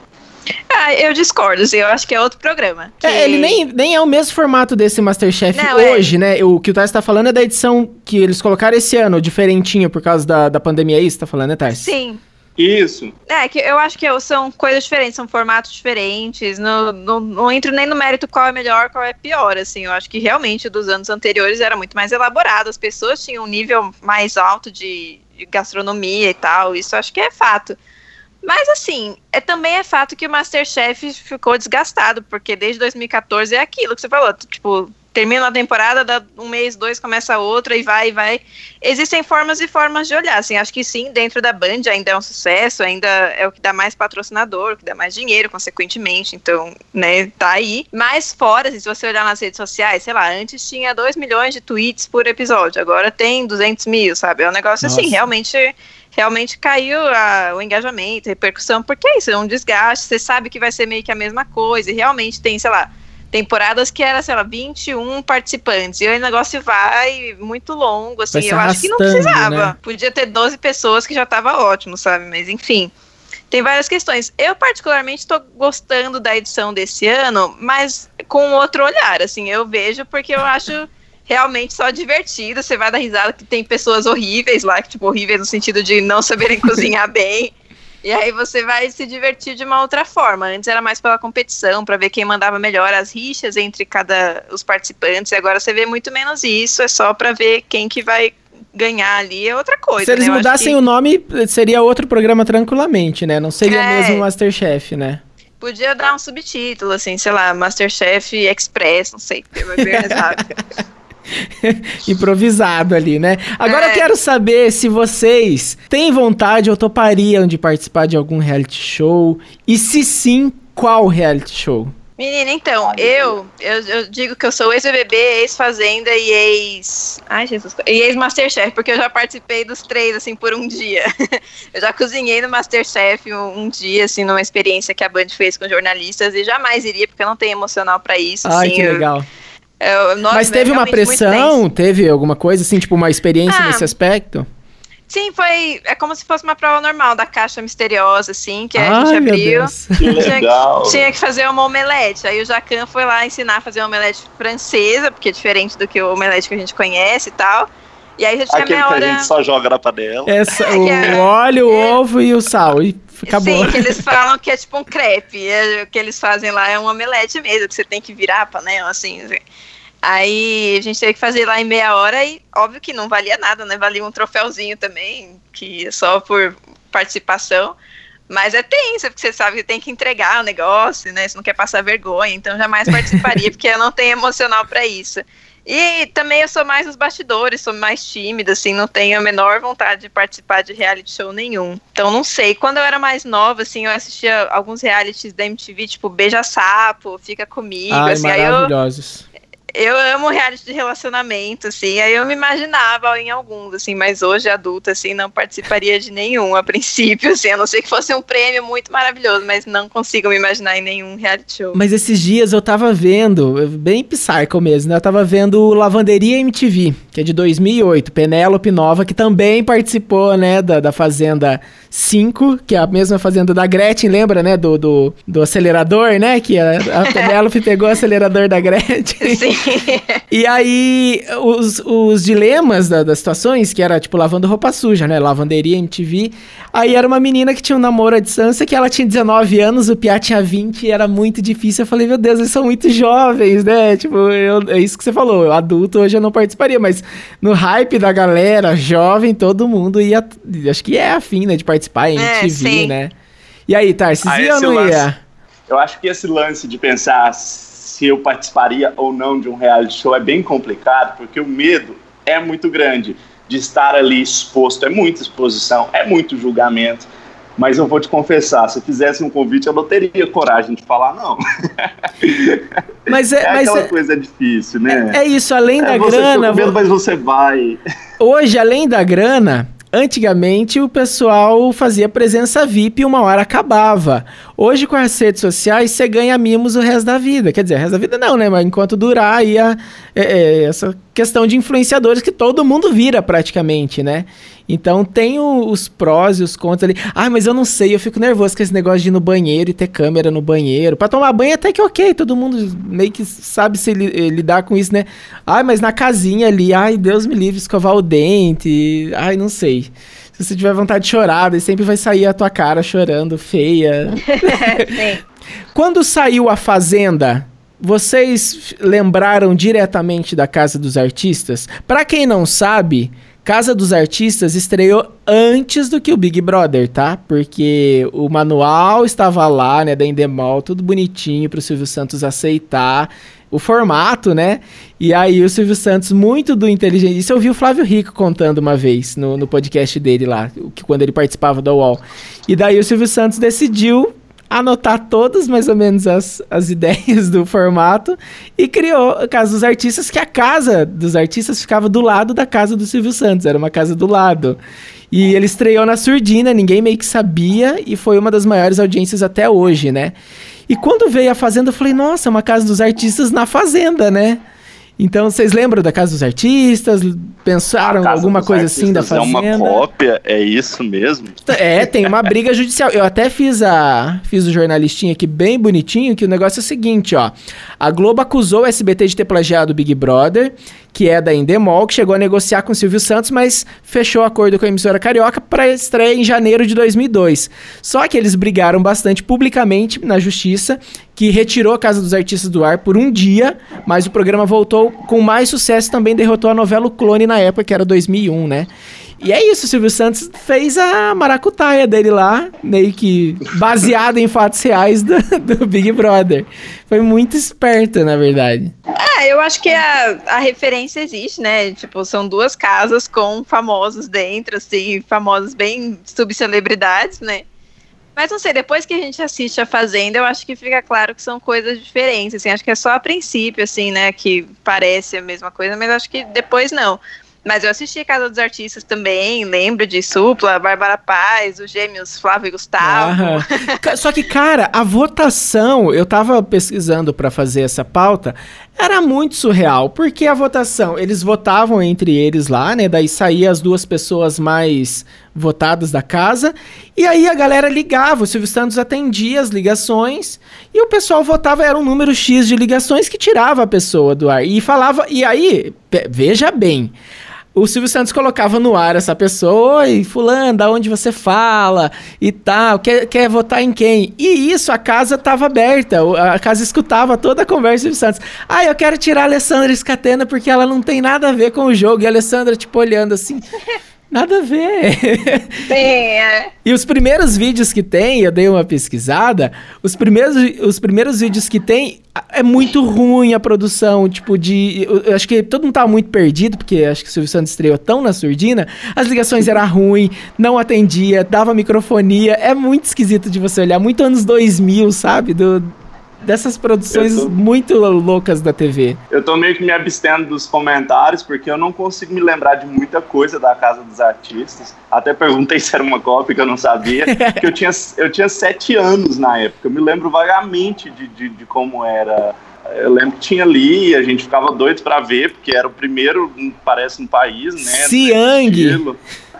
Ah, eu discordo, assim, eu acho que é outro programa. Que... É, ele nem, nem é o mesmo formato desse MasterChef Não, hoje, é. né? O que o Tarso tá falando é da edição que eles colocaram esse ano, diferentinho por causa da, da pandemia, é isso que tá falando, né, Tarso? Sim. Isso. É, que eu acho que são coisas diferentes, são formatos diferentes, não, não, não entro nem no mérito qual é melhor, qual é pior, assim, eu acho que realmente dos anos anteriores era muito mais elaborado, as pessoas tinham um nível mais alto de, de gastronomia e tal, isso eu acho que é fato. Mas assim, é, também é fato que o MasterChef ficou desgastado, porque desde dois mil e catorze é aquilo que você falou, tipo... termina a temporada, dá um mês, dois, começa outra e vai, e vai. Existem formas e formas de olhar, assim, acho que sim, dentro da Band ainda é um sucesso, ainda é o que dá mais patrocinador, o que dá mais dinheiro, consequentemente, então, né, tá aí. Mas fora, assim, se você olhar nas redes sociais, sei lá, antes tinha dois milhões de tweets por episódio, agora tem duzentos mil, sabe? É um negócio Nossa. assim, realmente... realmente caiu a, o engajamento, a repercussão, porque é isso, é um desgaste, você sabe que vai ser meio que a mesma coisa, e realmente tem, sei lá, temporadas que era, sei lá, vinte e um participantes, e aí o negócio vai muito longo, assim, eu acho que não precisava, né? Podia ter doze pessoas que já tava ótimo, sabe, mas enfim, tem várias questões. Eu particularmente tô gostando da edição desse ano, mas com outro olhar, assim, eu vejo porque eu acho realmente só divertido, você vai dar risada que tem pessoas horríveis lá, que, tipo, horríveis no sentido de não saberem cozinhar bem, e aí você vai se divertir de uma outra forma. Antes era mais pela competição, pra ver quem mandava melhor, as rixas entre cada os participantes, e agora você vê muito menos isso, é só pra ver quem que vai ganhar ali, é outra coisa. Se eles né? mudassem que... o nome, seria outro programa tranquilamente, né? Não seria é... mesmo MasterChef, né? Podia dar um subtítulo, assim, sei lá, MasterChef Express, não sei, porque vai ver rápido. Improvisado ali, né? Agora é. eu quero saber se vocês têm vontade ou topariam de participar de algum reality show, e se sim, qual reality show? Menina, então, eu, eu, eu digo que eu sou ex-B B B, ex-Fazenda e ex... Ai, Jesus... E ex-Masterchef, porque eu já participei dos três, assim, por um dia. Eu já cozinhei no Masterchef um, um dia, assim, numa experiência que a Band fez com jornalistas, e jamais iria, porque eu não tenho emocional pra isso. Ai, assim, que eu... legal. Eu, nossa, Mas teve uma pressão? Teve alguma coisa assim, tipo uma experiência ah, nesse aspecto? Sim, foi... É como se fosse uma prova normal da caixa misteriosa, assim, que Ai, a gente abriu. Que legal. Tinha, tinha que fazer uma omelete. Aí o Jacan foi lá ensinar a fazer uma omelete francesa, porque é diferente do que o omelete que a gente conhece e tal. E aí já tinha Aquele meia hora... que a gente só joga na panela. Essa, é, o é, óleo, o é, ovo e o sal. E acabou. Sim, que eles falam que é tipo um crepe. É, o que eles fazem lá é um omelete mesmo, que você tem que virar a panela, assim, assim. Aí a gente teve que fazer lá em meia hora e óbvio que não valia nada, né? Valia um troféuzinho também, que é só por participação. Mas é tenso, porque você sabe que tem que entregar o negócio, né? Você não quer passar vergonha, então jamais participaria, porque eu não tenho emocional pra isso. E também eu sou mais nos bastidores, sou mais tímida, assim, não tenho a menor vontade de participar de reality show nenhum. Então não sei, quando eu era mais nova, assim, eu assistia alguns realities da M T V, tipo Beija Sapo, Fica Comigo, Ai, assim, maravilhosos. Aí eu... Eu amo reality de relacionamento, assim, aí eu me imaginava em alguns, assim, mas hoje, adulta, assim, não participaria de nenhum, a princípio, assim, a não ser que fosse um prêmio muito maravilhoso, mas não consigo me imaginar em nenhum reality show. Mas esses dias eu tava vendo, bem psycho mesmo, né, eu tava vendo Lavanderia M T V, que é de dois mil e oito, Penélope Nova, que também participou, né, da, da Fazenda cinco, que é a mesma Fazenda da Gretchen, lembra, né, do, do, do acelerador, né, que a, a Penélope pegou o acelerador da Gretchen. Sim. E aí, os, os dilemas da, das situações, que era, tipo, lavando roupa suja, né? Lavanderia, M T V. Aí era uma menina que tinha um namoro à distância, que ela tinha dezenove anos, o Piá tinha vinte, e era muito difícil. Eu falei, meu Deus, eles são muito jovens, né? Tipo, eu, é isso que você falou. Eu, adulto, hoje eu não participaria, mas no hype da galera, jovem, todo mundo ia... Acho que é afim, né, de participar em M T V, é, né? E aí, Tarcísio, ia ou não ia? eu acho que esse lance de pensar se eu participaria ou não de um reality show é bem complicado, porque o medo é muito grande de estar ali exposto, é muita exposição, é muito julgamento. Mas eu vou te confessar, se eu fizesse um convite, eu não teria coragem de falar não. Mas é, é mas aquela é, coisa difícil, né? É, é isso, além é da você grana... Com medo, mas você vai. Hoje, além da grana... Antigamente o pessoal fazia presença V I P e uma hora acabava. Hoje com as redes sociais você ganha mimos o resto da vida. Quer dizer, o resto da vida não, né? Mas enquanto durar aí a, é, é, essa questão de influenciadores que todo mundo vira praticamente, né? Então tem o, os prós e os contras ali. Ah, mas eu não sei, eu fico nervoso com esse negócio de ir no banheiro e ter câmera no banheiro. Pra tomar banho até que ok, todo mundo meio que sabe se li, lidar com isso, né? Ah, mas na casinha ali, ai, Deus me livre, escovar o dente, ai, não sei. Se você tiver vontade de chorar, daí sempre vai sair a tua cara chorando, feia. Sim. Quando saiu A Fazenda, vocês lembraram diretamente da Casa dos Artistas? Pra quem não sabe... Casa dos Artistas estreou antes do que o Big Brother, tá? Porque o manual estava lá, né, da Endemol, tudo bonitinho pro Silvio Santos aceitar o formato, né? E aí o Silvio Santos, muito do inteligente... Isso eu vi o Flávio Rico contando uma vez no, no podcast dele lá, que quando ele participava da U O L. E daí o Silvio Santos decidiu anotar todas mais ou menos as, as ideias do formato e criou a Casa dos Artistas, que a Casa dos Artistas ficava do lado da casa do Silvio Santos, era uma casa do lado. E ele estreou na Surdina, ninguém meio que sabia, e foi uma das maiores audiências até hoje, né? E quando veio A Fazenda, eu falei, nossa, uma Casa dos Artistas na Fazenda, né? Então, vocês lembram da Casa dos Artistas? Pensaram alguma coisa assim da Fazenda? É uma cópia, é isso mesmo? É, tem uma briga judicial. Eu até fiz, a, fiz o jornalistinho aqui bem bonitinho, que o negócio é o seguinte, ó. A Globo acusou o S B T de ter plagiado o Big Brother, que é da Endemol, que chegou a negociar com o Silvio Santos, mas fechou acordo com a emissora carioca para estreia em janeiro de dois mil e dois. Só que eles brigaram bastante publicamente na justiça, que retirou a Casa dos Artistas do ar por um dia, mas o programa voltou com mais sucesso e também derrotou a novela O Clone na época, que era dois mil e um, né? E é isso, o Silvio Santos fez a maracutaia dele lá, meio que baseado em fatos reais do, do Big Brother. Foi muito esperto, na verdade. É, eu acho que a, a referência existe, né? Tipo, são duas casas com famosos dentro, assim, famosos bem subcelebridades, né? Mas não sei, depois que a gente assiste A Fazenda, eu acho que fica claro que são coisas diferentes, assim, acho que é só a princípio, assim, né, que parece a mesma coisa, mas acho que depois não. Mas eu assisti Casa dos Artistas também, lembro de Supla, Bárbara Paz, os gêmeos Flávio e Gustavo. Ah, só que, cara, a votação, eu tava pesquisando pra fazer essa pauta, era muito surreal, porque a votação, eles votavam entre eles lá, né, daí saía as duas pessoas mais votadas da casa, e aí a galera ligava, o Silvio Santos atendia as ligações, e o pessoal votava, era um número X de ligações que tirava a pessoa do ar, e falava, e aí, veja bem, o Silvio Santos colocava no ar essa pessoa, oi, fulano, da onde você fala e tal, quer, quer votar em quem? E isso, a casa estava aberta, a casa escutava toda a conversa do Silvio Santos. Ah, eu quero tirar a Alessandra Scatena porque ela não tem nada a ver com o jogo. E a Alessandra, tipo, olhando assim... Nada a ver. Sim, é. E os primeiros vídeos que tem, eu dei uma pesquisada, os primeiros, os primeiros vídeos que tem, é muito ruim a produção, tipo de... Eu, eu acho que todo mundo tava muito perdido, porque acho que o Silvio Santos estreou tão na surdina, as ligações eram ruins, não atendia, dava microfonia, é muito esquisito de você olhar, muito anos dois mil, sabe? Do... Dessas produções tô... muito loucas da T V. Eu tô meio que me abstendo dos comentários, porque eu não consigo me lembrar de muita coisa da Casa dos Artistas. Até perguntei se era uma cópia, que eu não sabia. Porque eu tinha, eu tinha sete anos na época. Eu me lembro vagamente de, de, de como era. Eu lembro que tinha ali, a gente ficava doido pra ver, porque era o primeiro, parece, no país, né? Siang!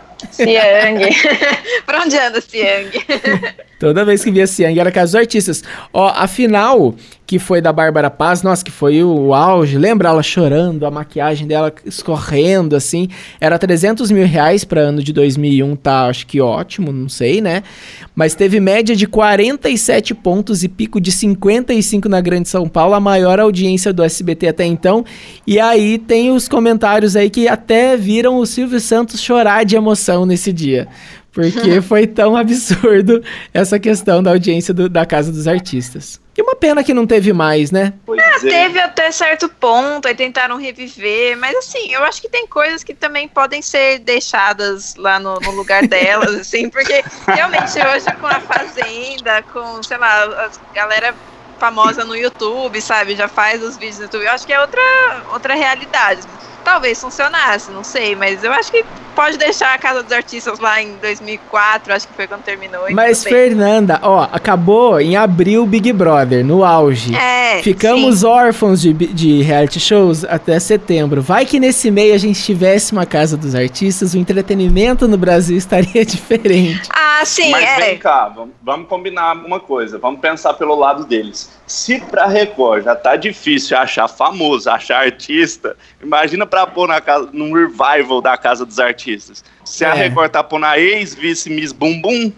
Siang. Pra onde anda Siang? Toda vez que via Siang era Casa dos Artistas. Ó, a final, que foi da Bárbara Paz, nossa, que foi o auge. Lembra ela chorando, a maquiagem dela escorrendo, assim. Era trezentos mil reais pra ano de dois mil e um, tá, acho que ótimo, não sei, né? Mas teve média de quarenta e sete pontos e pico de cinquenta e cinco na Grande São Paulo, a maior audiência do S B T até então. E aí tem os comentários aí que até viram o Silvio Santos chorar de emoção nesse dia. Porque foi tão absurdo essa questão da audiência do, da Casa dos Artistas. E uma pena que não teve mais, né? Ah, teve até certo ponto, aí tentaram reviver, mas assim, eu acho que tem coisas que também podem ser deixadas lá no, no lugar delas, assim, porque realmente hoje com a Fazenda, com, sei lá, a galera famosa no YouTube, sabe, já faz os vídeos no YouTube, eu acho que é outra, outra realidade. Talvez funcionasse, não sei, mas eu acho que pode deixar a Casa dos Artistas lá em dois mil e quatro, acho que foi quando terminou. Mas, Fernanda, ó, acabou em abril Big Brother, no auge. É, Ficamos sim. órfãos de, de reality shows até setembro. Vai que nesse meio a gente tivesse uma Casa dos Artistas, o entretenimento no Brasil estaria diferente. Ah, sim, Mas é. vem cá, vamos, vamos combinar uma coisa, vamos pensar pelo lado deles. Se pra Record já tá difícil achar famoso, achar artista, imagina pra pôr na casa, num revival da Casa dos Artistas. Se a É. Record tá pondo a ex-vice Miss Bumbum.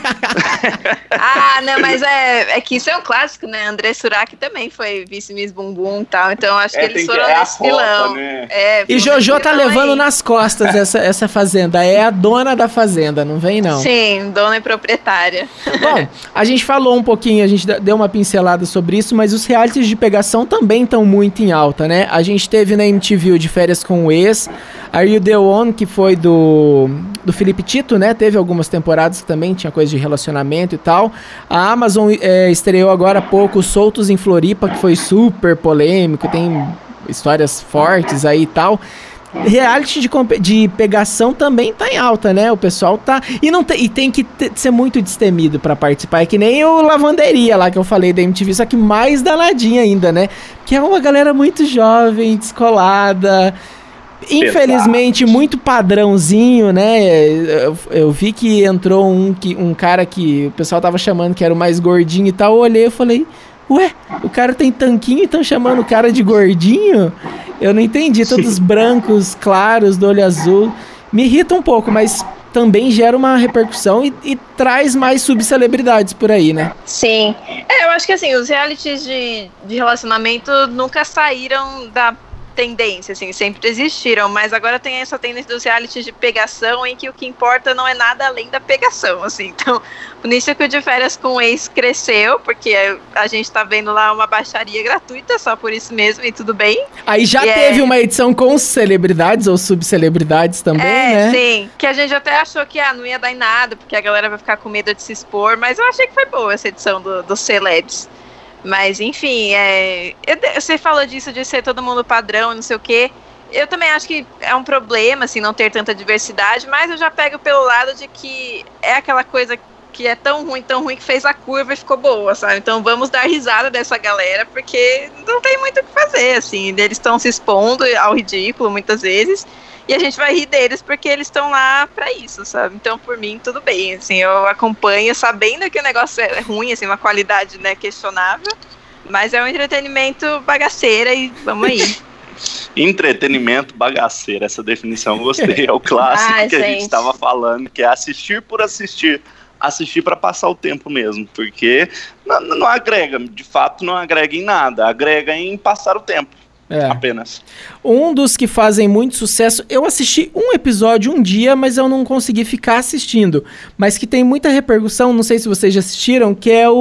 Ah, não, mas é, é que isso é um clássico, né? André Surak também foi vice-miss Bumbum e tal, então acho que É, eles tem que- foram é a nesse rota, filão. né? É, E foram Jojo nesse tá filão levando aí. nas costas essa, essa fazenda. É a dona da fazenda, não vem não. Sim, dona e proprietária. Bom, a gente falou um pouquinho, a gente deu uma pincelada sobre isso, mas os realities de pegação também estão muito em alta, né? A gente teve na M T V o De Férias com o Ex, Are You The One, que foi do, do Felipe Tito, né? Teve algumas temporadas que também tinha coisa de relacionamento e tal. A Amazon é, estreou agora há pouco Soltos em Floripa, que foi super polêmico, tem histórias fortes aí e tal. Reality de, comp- de pegação também tá em alta, né? O pessoal tá... E, não te- e tem que te- ser muito destemido pra participar. É que nem o Lavanderia lá que eu falei da M T V, só que mais danadinha ainda, né? Que é uma galera muito jovem, descolada... Infelizmente, muito padrãozinho, né? Eu, eu vi que entrou um, que, um cara que o pessoal tava chamando que era o mais gordinho e tal. Eu olhei e falei, ué, o cara tem tanquinho e estão chamando o cara de gordinho? Eu não entendi. Todos brancos, claros, do olho azul. Me irrita um pouco, mas também gera uma repercussão e, e traz mais subcelebridades por aí, né? Sim. É, eu acho que assim, os realities de, de relacionamento nunca saíram da tendência, assim, sempre existiram, mas agora tem essa tendência dos realities de pegação em que o que importa não é nada além da pegação, assim, então, por isso que o De Férias com o Ex cresceu, porque a gente tá vendo lá uma baixaria gratuita, só por isso mesmo, e tudo bem. Aí já E teve é... uma edição com celebridades ou subcelebridades também, é, né? sim, que a gente até achou que ah, não ia dar em nada, porque a galera vai ficar com medo de se expor, mas eu achei que foi boa essa edição do, dos celebs. Mas, enfim, é, eu, você falou disso de ser todo mundo padrão, não sei o quê. Eu também acho que é um problema, assim, não ter tanta diversidade, mas eu já pego pelo lado de que é aquela coisa que é tão ruim, tão ruim, que fez a curva e ficou boa, sabe? Então vamos dar risada dessa galera, porque não tem muito o que fazer, assim. Eles estão se expondo ao ridículo, muitas vezes, e a gente vai rir deles porque eles estão lá pra isso, sabe? Então, por mim, tudo bem, assim, eu acompanho sabendo que o negócio é ruim, assim, uma qualidade, né, questionável, mas é um entretenimento bagaceira e vamos aí. Entretenimento bagaceiro, essa definição eu gostei, é o clássico Ai, que a gente. gente estava falando, que é assistir por assistir, assistir para passar o tempo mesmo, porque não, não agrega, de fato não agrega em nada, agrega em passar o tempo. É. Apenas. Um dos que fazem muito sucesso, eu assisti um episódio um dia, mas eu não consegui ficar assistindo. Mas que tem muita repercussão, não sei se vocês já assistiram, que é o,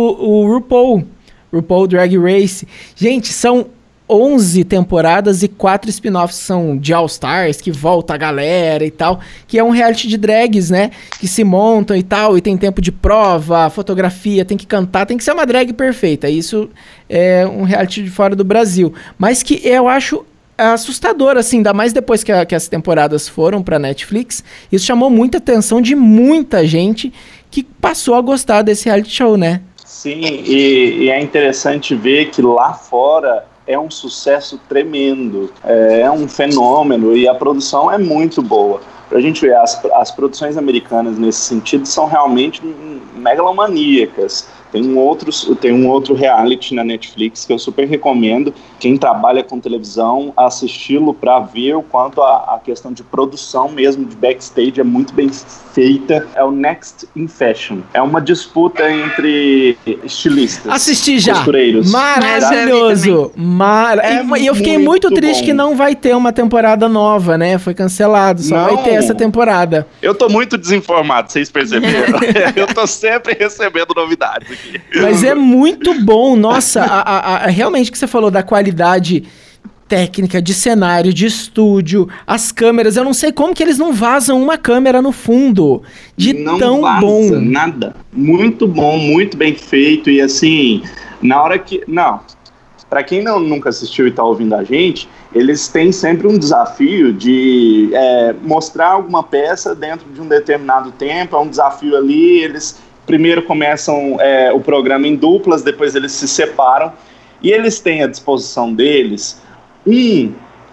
o RuPaul. RuPaul Drag Race. Gente, são onze temporadas e quatro spin-offs são de All Stars, que volta a galera e tal, que é um reality de drags, né, que se montam e tal, e tem tempo de prova, fotografia, tem que cantar, tem que ser uma drag perfeita. Isso é um reality de fora do Brasil, mas que eu acho assustador, assim, ainda mais depois que, a, que as temporadas foram pra Netflix. Isso chamou muita atenção de muita gente que passou a gostar desse reality show, né? Sim, e, e é interessante ver que lá fora é um sucesso tremendo, é um fenômeno e a produção é muito boa. Pra gente ver, as, as produções americanas nesse sentido são realmente megalomaníacas. Tem um, outro, tem um outro reality na Netflix que eu super recomendo, quem trabalha com televisão, assisti-lo para ver o quanto a, a questão de produção mesmo, de backstage, é muito bem feita. É o Next in Fashion. É uma disputa entre estilistas. Assisti já. Costureiros. Maravilhoso. Mar... É e, e eu fiquei muito, muito triste bom. Que não vai ter uma temporada nova, né? Foi cancelado, só não. Vai ter essa temporada. Eu tô muito desinformado, vocês perceberam? Eu tô sempre recebendo novidades aqui. Mas é muito bom, nossa, a, a, a, realmente que você falou da qualidade técnica, de cenário, de estúdio, as câmeras, eu não sei como que eles não vazam uma câmera no fundo, de não tão vaza bom. Nada, muito bom, muito bem feito, e assim, na hora que, não, pra quem não, nunca assistiu e tá ouvindo a gente, eles têm sempre um desafio de é, mostrar alguma peça dentro de um determinado tempo, é um desafio ali, eles primeiro começam é, o programa em duplas, depois eles se separam, e eles têm à disposição deles um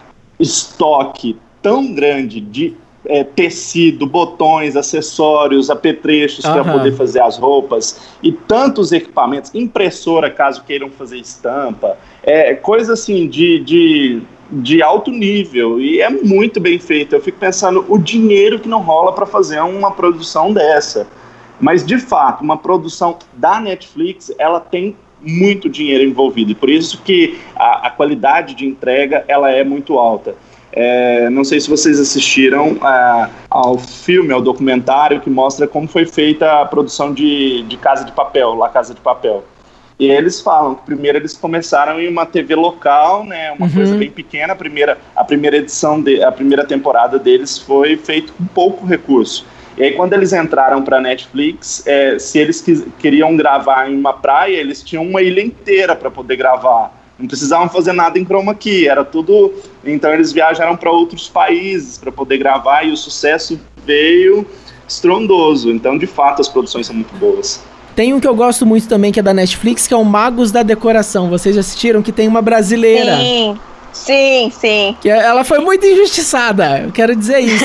estoque tão grande de é, tecido, botões, acessórios, apetrechos uhum. para poder fazer as roupas, e tantos equipamentos, impressora caso queiram fazer estampa, é, coisa assim de, de, de alto nível, e é muito bem feito. Eu fico pensando o dinheiro que não rola para fazer uma produção dessa. Mas, de fato, uma produção da Netflix, ela tem muito dinheiro envolvido. E por isso que a, a qualidade de entrega ela é muito alta. É, não sei se vocês assistiram a, ao filme, ao documentário que mostra como foi feita a produção de, de Casa de Papel, La Casa de Papel. E eles falam que primeiro eles começaram em uma T V local, né, uma uhum. coisa bem pequena. A primeira, a primeira edição, de, a primeira temporada deles foi feita com pouco recurso. E aí quando eles entraram para a Netflix, é, se eles quis, queriam gravar em uma praia, eles tinham uma ilha inteira para poder gravar. Não precisavam fazer nada em chroma key, era tudo... Então eles viajaram para outros países para poder gravar, e o sucesso veio estrondoso. Então, de fato, as produções são muito boas. Tem um que eu gosto muito também, que é da Netflix, que é o Magos da Decoração. Vocês já assistiram? Que tem uma brasileira. Sim. Sim, sim. Que ela foi muito injustiçada, eu quero dizer isso.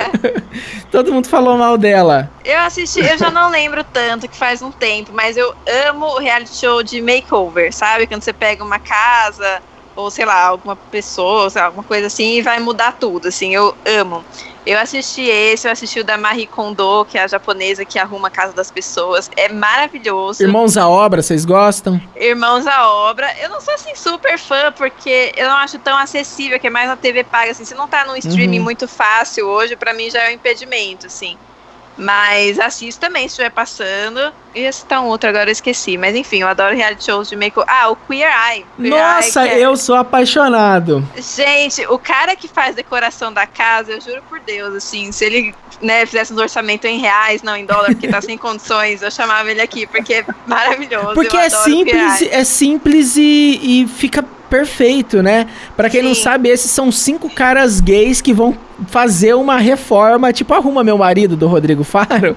Todo mundo falou mal dela. Eu assisti, eu já não lembro tanto, que faz um tempo, mas eu amo o reality show de makeover, sabe? Quando você pega uma casa, ou sei lá, alguma pessoa, sei lá, alguma coisa assim, e vai mudar tudo, assim, eu amo. Eu assisti esse, eu assisti o da Marie Kondo, que é a japonesa que arruma a casa das pessoas. É maravilhoso. Irmãos à Obra, vocês gostam? Irmãos à Obra. Eu não sou, assim, super fã, porque eu não acho tão acessível, que é mais na T V paga, assim. Se não tá num streaming uhum. muito fácil hoje, pra mim já é um impedimento, assim. Mas assisto também, se estiver passando. Eu ia citar um outro, agora eu esqueci. Mas enfim, eu adoro reality shows de make-up. Ah, o Queer Eye. Queer Nossa, Eye, é... eu sou apaixonado. Gente, o cara que faz decoração da casa, eu juro por Deus, assim, se ele, né, fizesse um orçamento em reais, não em dólar, porque tá sem condições, eu chamava ele aqui, porque é maravilhoso. Porque é simples, é simples e, e fica perfeito, né? Pra quem Sim. não sabe, esses são cinco caras gays que vão fazer uma reforma, tipo Arruma Meu Marido, do Rodrigo Faro,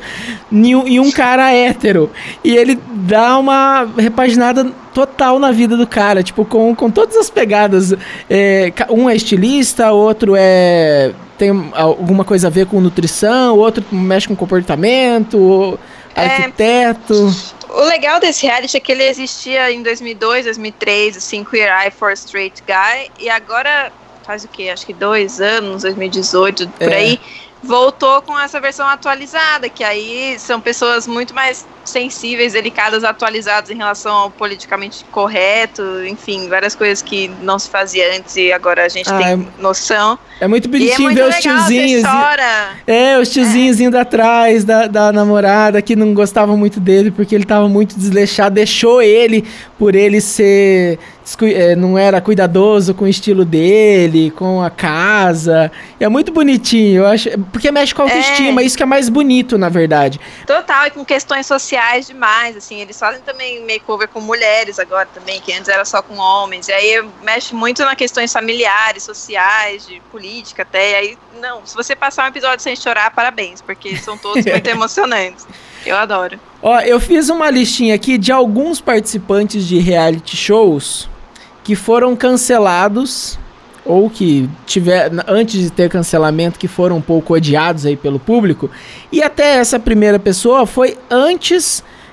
e um cara hétero. E ele dá uma repaginada total na vida do cara, tipo, com, com todas as pegadas. É, um é estilista, outro é... tem alguma coisa a ver com nutrição, outro mexe com comportamento, é... arquiteto... O legal desse reality é que ele existia em dois mil e dois, dois mil e três, assim, Queer Eye for a Straight Guy, e agora faz o quê? Acho que dois anos, dois mil e dezoito, por é. aí, voltou com essa versão atualizada, que aí são pessoas muito mais sensíveis, delicadas, atualizadas em relação ao politicamente correto, enfim, várias coisas que não se fazia antes e agora a gente ah, tem é, noção. É muito bonitinho é ver os tiozinhos. Você chora. É, os tiozinhos é. indo atrás da, da namorada que não gostavam muito dele porque ele tava muito desleixado, deixou ele por ele ser... não era cuidadoso com o estilo dele, com a casa. É muito bonitinho, eu acho, porque mexe com a autoestima, é. isso que é mais bonito, na verdade. Total, e com questões sociais demais, assim, eles fazem também makeover com mulheres agora também, que antes era só com homens, e aí mexe muito nas questões familiares, sociais, de política até, e aí, não, se você passar um episódio sem chorar, parabéns, porque são todos muito emocionantes. Eu adoro. Ó, eu fiz uma listinha aqui de alguns participantes de reality shows que foram cancelados ou que tiver, antes de ter cancelamento, que foram um pouco odiados aí pelo público, e até essa primeira pessoa foi antes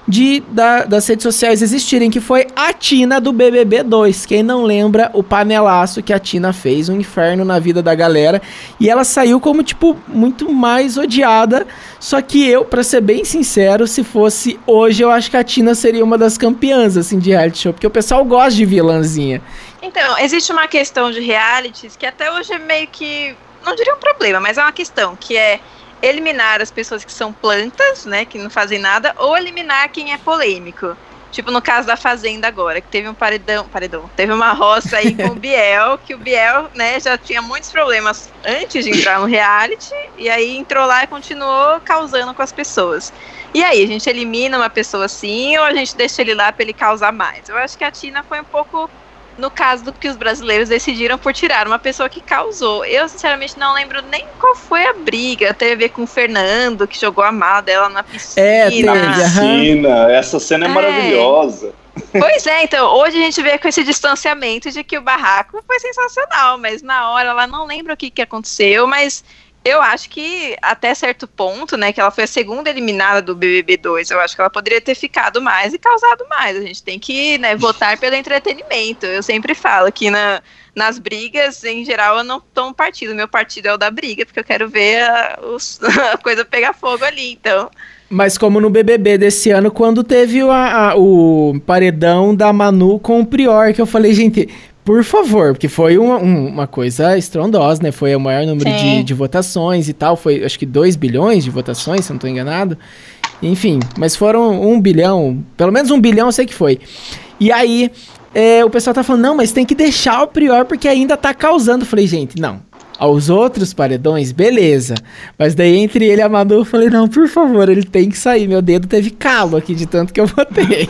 de, da, das redes sociais existirem, que foi a Tina do B B B dois. Quem não lembra o panelaço que a Tina fez, um inferno na vida da galera, e ela saiu como, tipo, muito mais odiada, só que eu, pra ser bem sincero, se fosse hoje, eu acho que a Tina seria uma das campeãs, assim, de reality show, porque o pessoal gosta de vilãzinha. Então, existe uma questão de realities que até hoje é meio que, não diria um problema, mas é uma questão, que é eliminar as pessoas que são plantas, né, que não fazem nada, ou eliminar quem é polêmico. Tipo no caso da Fazenda agora, que teve um paredão, paredão, teve uma roça aí com o Biel, que o Biel, né, já tinha muitos problemas antes de entrar no reality, e aí entrou lá e continuou causando com as pessoas. E aí, a gente elimina uma pessoa assim, ou a gente deixa ele lá pra ele causar mais? Eu acho que a Tina foi um pouco no caso do que os brasileiros decidiram por tirar uma pessoa que causou. Eu, sinceramente, não lembro nem qual foi a briga. Teve a ver com o Fernando, que jogou a mala dela na piscina. É, teve, na piscina. Essa cena é, é maravilhosa. Pois é, então, hoje a gente vê com esse distanciamento de que o barraco foi sensacional, mas na hora ela não lembra o que, que aconteceu, mas eu acho que até certo ponto, né, que ela foi a segunda eliminada do B B B dois, eu acho que ela poderia ter ficado mais e causado mais. A gente tem que, né, votar pelo entretenimento. Eu sempre falo que na, nas brigas, em geral, eu não tomo partido. Meu partido é o da briga, porque eu quero ver a, os, a coisa pegar fogo ali, então... Mas como no B B B desse ano, quando teve a, a, o paredão da Manu com o Prior, que eu falei, gente... Por favor, porque foi uma, um, uma coisa estrondosa, né? Foi o maior número de, de votações e tal. Foi, acho que dois bilhões de votações, se não estou enganado. Enfim, mas foram um bilhão, pelo menos um bilhão eu sei que foi. E aí, é, o pessoal tá falando, não, mas tem que deixar o Prior porque ainda tá causando. Eu falei, gente, não. Aos outros paredões, beleza. Mas daí entre ele e a Manu, eu falei, não, por favor, ele tem que sair. Meu dedo teve calo aqui de tanto que eu votei.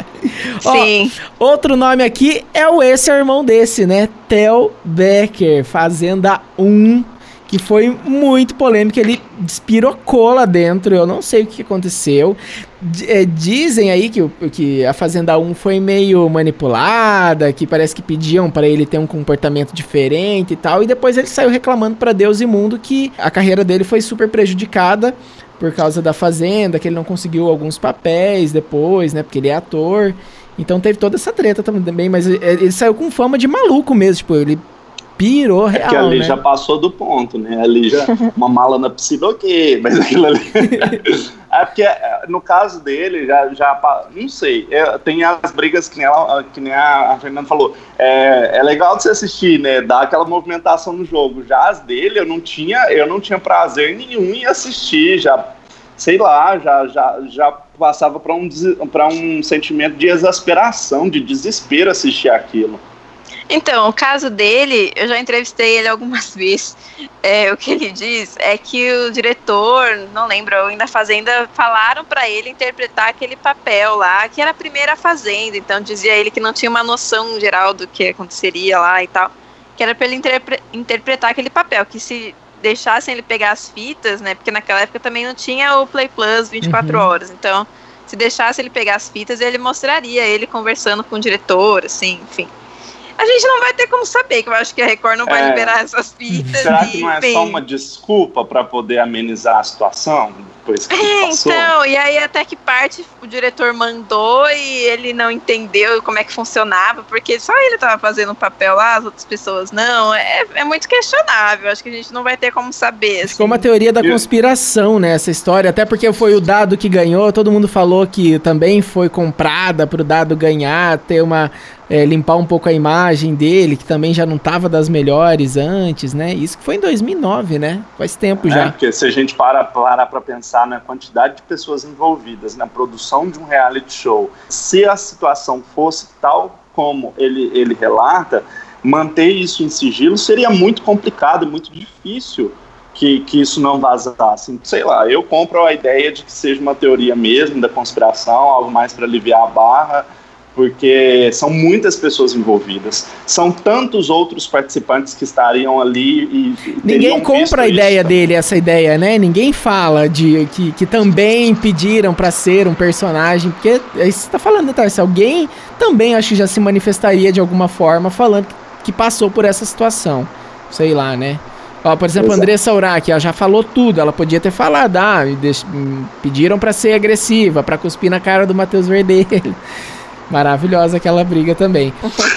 Sim. Ó, outro nome aqui é o esse é irmão desse, né? Theo Becker, Fazenda um, que foi muito polêmico. Ele despirocou lá dentro, eu não sei o que aconteceu. D- é, dizem aí que, o, que a Fazenda um foi meio manipulada, que parece que pediam para ele ter um comportamento diferente e tal, e depois ele saiu reclamando para Deus e mundo que a carreira dele foi super prejudicada por causa da Fazenda, que ele não conseguiu alguns papéis depois, né, porque ele é ator. Então teve toda essa treta também, mas ele, ele saiu com fama de maluco mesmo, tipo, ele pirou real, é que ali né? já passou do ponto, né? Ali já, uma mala na piscina, ok, mas aquilo ali... É porque, no caso dele, já, já não sei, é, tem as brigas que nem, ela, que nem a, a Fernanda falou, é, é legal de você assistir, né? Dá aquela movimentação no jogo. Já as dele, eu não tinha, eu não tinha prazer nenhum em assistir, já, sei lá, já, já, já passava para um, para um sentimento de exasperação, de desespero assistir aquilo. Então, o caso dele, eu já entrevistei ele algumas vezes, é, o que ele diz é que o diretor, não lembro, ainda da Fazenda, falaram pra ele interpretar aquele papel lá, que era a primeira Fazenda, então dizia ele que não tinha uma noção geral do que aconteceria lá e tal, que era pra ele interpre- interpretar aquele papel, que se deixassem ele pegar as fitas, né, porque naquela época também não tinha o Play Plus vinte e quatro Uhum. horas, então se deixasse ele pegar as fitas, ele mostraria ele conversando com o diretor, assim, enfim. A gente não vai ter como saber, que eu acho que a Record não vai É. liberar essas fitas. Será e, que não é enfim. só uma desculpa para poder amenizar a situação depois que É, passou? então, e aí até que parte o diretor mandou e ele não entendeu como é que funcionava, porque só ele estava fazendo o papel lá, as outras pessoas não. É, é muito questionável, acho que a gente não vai ter como saber. Assim. Ficou uma teoria da conspiração, né, essa história, até porque foi o Dado que ganhou, todo mundo falou que também foi comprada pro Dado ganhar, ter uma... É, limpar um pouco a imagem dele, que também já não estava das melhores antes, né? Isso que foi em dois mil e nove, né? Faz tempo É, já. porque se a gente para para para pensar na quantidade de pessoas envolvidas na produção de um reality show, se a situação fosse tal como ele, ele relata, manter isso em sigilo seria muito complicado, muito difícil que, que isso não vazasse. Sei lá, eu compro a ideia de que seja uma teoria mesmo da conspiração, algo mais para aliviar a barra, porque são muitas pessoas envolvidas, são tantos outros participantes que estariam ali e ninguém compra a ideia isso. dele, essa ideia, né? Ninguém fala de que, que também pediram pra ser um personagem, porque aí você tá falando, tá? Se alguém também acho que já se manifestaria de alguma forma falando que passou por essa situação, sei lá, né? Ó, por exemplo, a Andressa Urach, ela já falou tudo, ela podia ter falado, ah, me deix... pediram pra ser agressiva, pra cuspir na cara do Matheus Verdelho. Maravilhosa aquela briga também.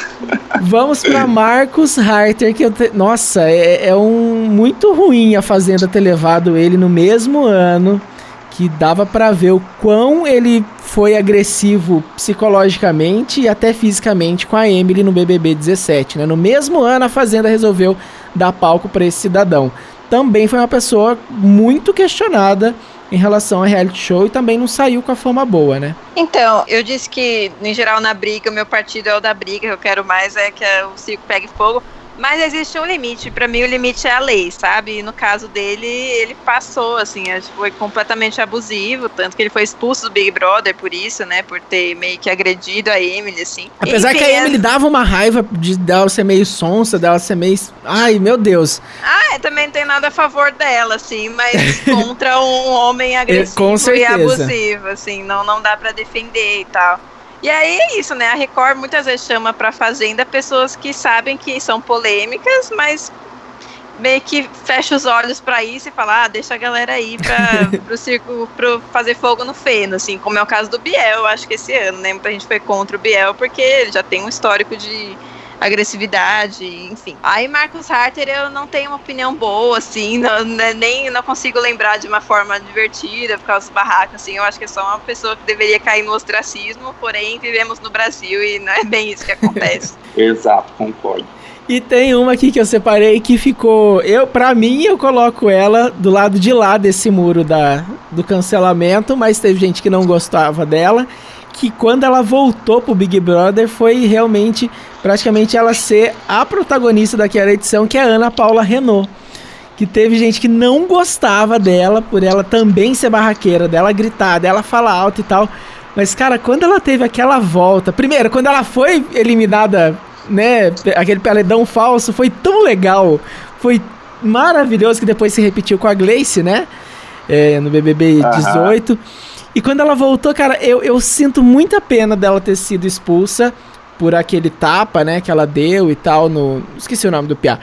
Vamos pra Marcus Harter, que eu te... Nossa, é, é um muito ruim a Fazenda ter levado ele no mesmo ano, que dava pra ver o quão ele foi agressivo psicologicamente e até fisicamente com a Emily no B B B dezessete, né? No mesmo ano a Fazenda resolveu dar palco pra esse cidadão. Também foi uma pessoa muito questionada em relação a reality show e também não saiu com a fama boa, né? Então, eu disse que, em geral, na briga, o meu partido é o da briga, eu quero mais é que o circo pegue fogo, mas existe um limite, pra mim o limite é a lei, sabe? E no caso dele, ele passou, assim, foi completamente abusivo, tanto que ele foi expulso do Big Brother por isso, né? Por ter meio que agredido a Emily, assim. Apesar Enfim, que a Emily é... dava uma raiva de dela ser meio sonsa, dela ser meio... Ai, meu Deus. Ah, eu também não tenho nada a favor dela, assim, mas contra um homem agressivo Com certeza. e abusivo, assim, não, não dá pra defender e tal. E aí é isso, né? A Record muitas vezes chama pra Fazenda pessoas que sabem que são polêmicas, mas meio que fecha os olhos pra isso e fala, ah, deixa a galera aí pra, pro circo, pro fazer fogo no feno, assim, como é o caso do Biel, eu acho que esse ano, né? A gente foi contra o Biel porque ele já tem um histórico de agressividade, enfim. Aí Marcus Harter eu não tenho uma opinião boa, assim, não, nem não consigo lembrar de uma forma divertida por causa dos barracos, assim, eu acho que é só uma pessoa que deveria cair no ostracismo, porém vivemos no Brasil e não é bem isso que acontece. Exato, concordo. E tem uma aqui que eu separei que ficou, eu, pra mim eu coloco ela do lado de lá desse muro da, do cancelamento, mas teve gente que não gostava dela, que quando ela voltou pro Big Brother foi realmente, praticamente ela ser a protagonista daquela edição, que é a Ana Paula Renault. Que teve gente que não gostava dela, por ela também ser barraqueira, dela gritar, dela falar alto e tal. Mas, cara, quando ela teve aquela volta... Primeiro, quando ela foi eliminada, né, aquele paredão falso, foi tão legal, foi maravilhoso, que depois se repetiu com a Gleice, né, é, no B B B dezoito. E quando ela voltou, cara, eu, eu sinto muita pena dela ter sido expulsa por aquele tapa, né, que ela deu e tal, no... Esqueci o nome do piá.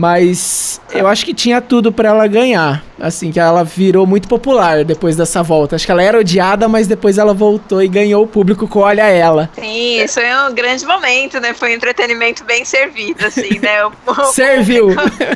Mas eu acho que tinha tudo pra ela ganhar. Assim, que ela virou muito popular depois dessa volta. Acho que ela era odiada, mas depois ela voltou e ganhou o público que olha ela. Sim, isso foi um grande momento, né? Foi um entretenimento bem servido, assim, né? O, o Serviu!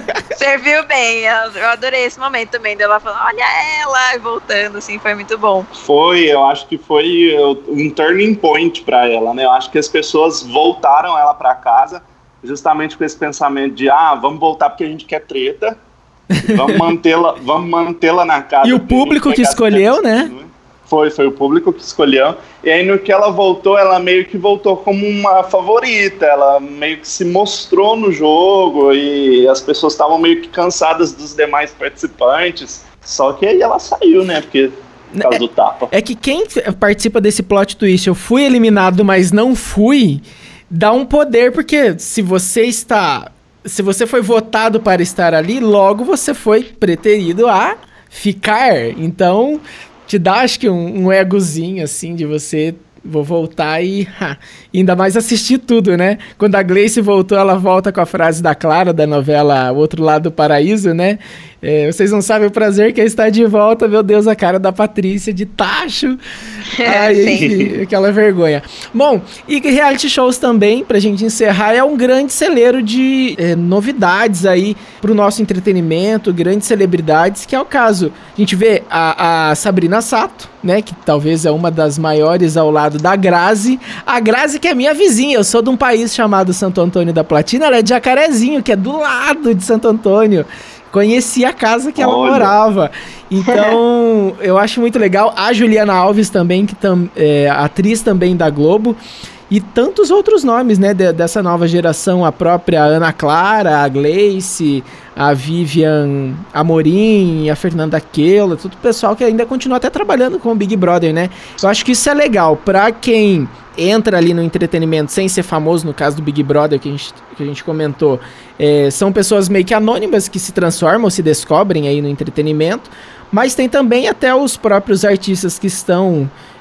Serviu bem. Eu adorei esse momento também dela falando, olha ela, e voltando, assim, foi muito bom. Foi, eu acho que foi um turning point pra ela, né? Eu acho que as pessoas voltaram ela pra casa justamente com esse pensamento de, ah, vamos voltar porque a gente quer treta, vamos mantê-la, vamos mantê-la na casa. E o público que escolheu, né? Foi, foi o público que escolheu. E aí no que ela voltou, ela meio que voltou como uma favorita, ela meio que se mostrou no jogo e as pessoas estavam meio que cansadas dos demais participantes, só que aí ela saiu, né, porque... Por causa é, do tapa. É que quem participa desse plot twist, eu fui eliminado, mas não fui... Dá um poder, porque se você está... Se você foi votado para estar ali, logo você foi preterido a ficar. Então, te dá, acho que, um, um egozinho, assim, de você... Vou voltar e... Ha, ainda mais assistir tudo, né? Quando a Gleice voltou, ela volta com a frase da Clara, da novela O Outro Lado do Paraíso, né? É, vocês não sabem o prazer que é estar de volta, meu Deus, a cara da Patrícia de tacho. Ai, enfim, aquela vergonha. Bom, e reality shows também, pra gente encerrar, é um grande celeiro de é, novidades aí pro nosso entretenimento, grandes celebridades, que é o caso. A gente vê a, a Sabrina Sato, né, que talvez é uma das maiores ao lado da Grazi. A Grazi que é minha vizinha, eu sou de um país chamado Santo Antônio da Platina, ela é de Jacarezinho, que é do lado de Santo Antônio. Conheci a casa que ela Olha. morava. Então, eu acho muito legal. A Juliana Alves também, que tam, é atriz também da Globo. E tantos outros nomes, né, de, dessa nova geração. A própria Ana Clara, a Gleice, a Vivian Amorim, a Fernanda Keula. Todo o pessoal que ainda continua até trabalhando com o Big Brother, né? Eu acho que isso é legal. Pra quem entra ali no entretenimento sem ser famoso, no caso do Big Brother que a gente, que a gente comentou, é, são pessoas meio que anônimas que se transformam, se descobrem aí no entretenimento, mas tem também até os próprios artistas que estão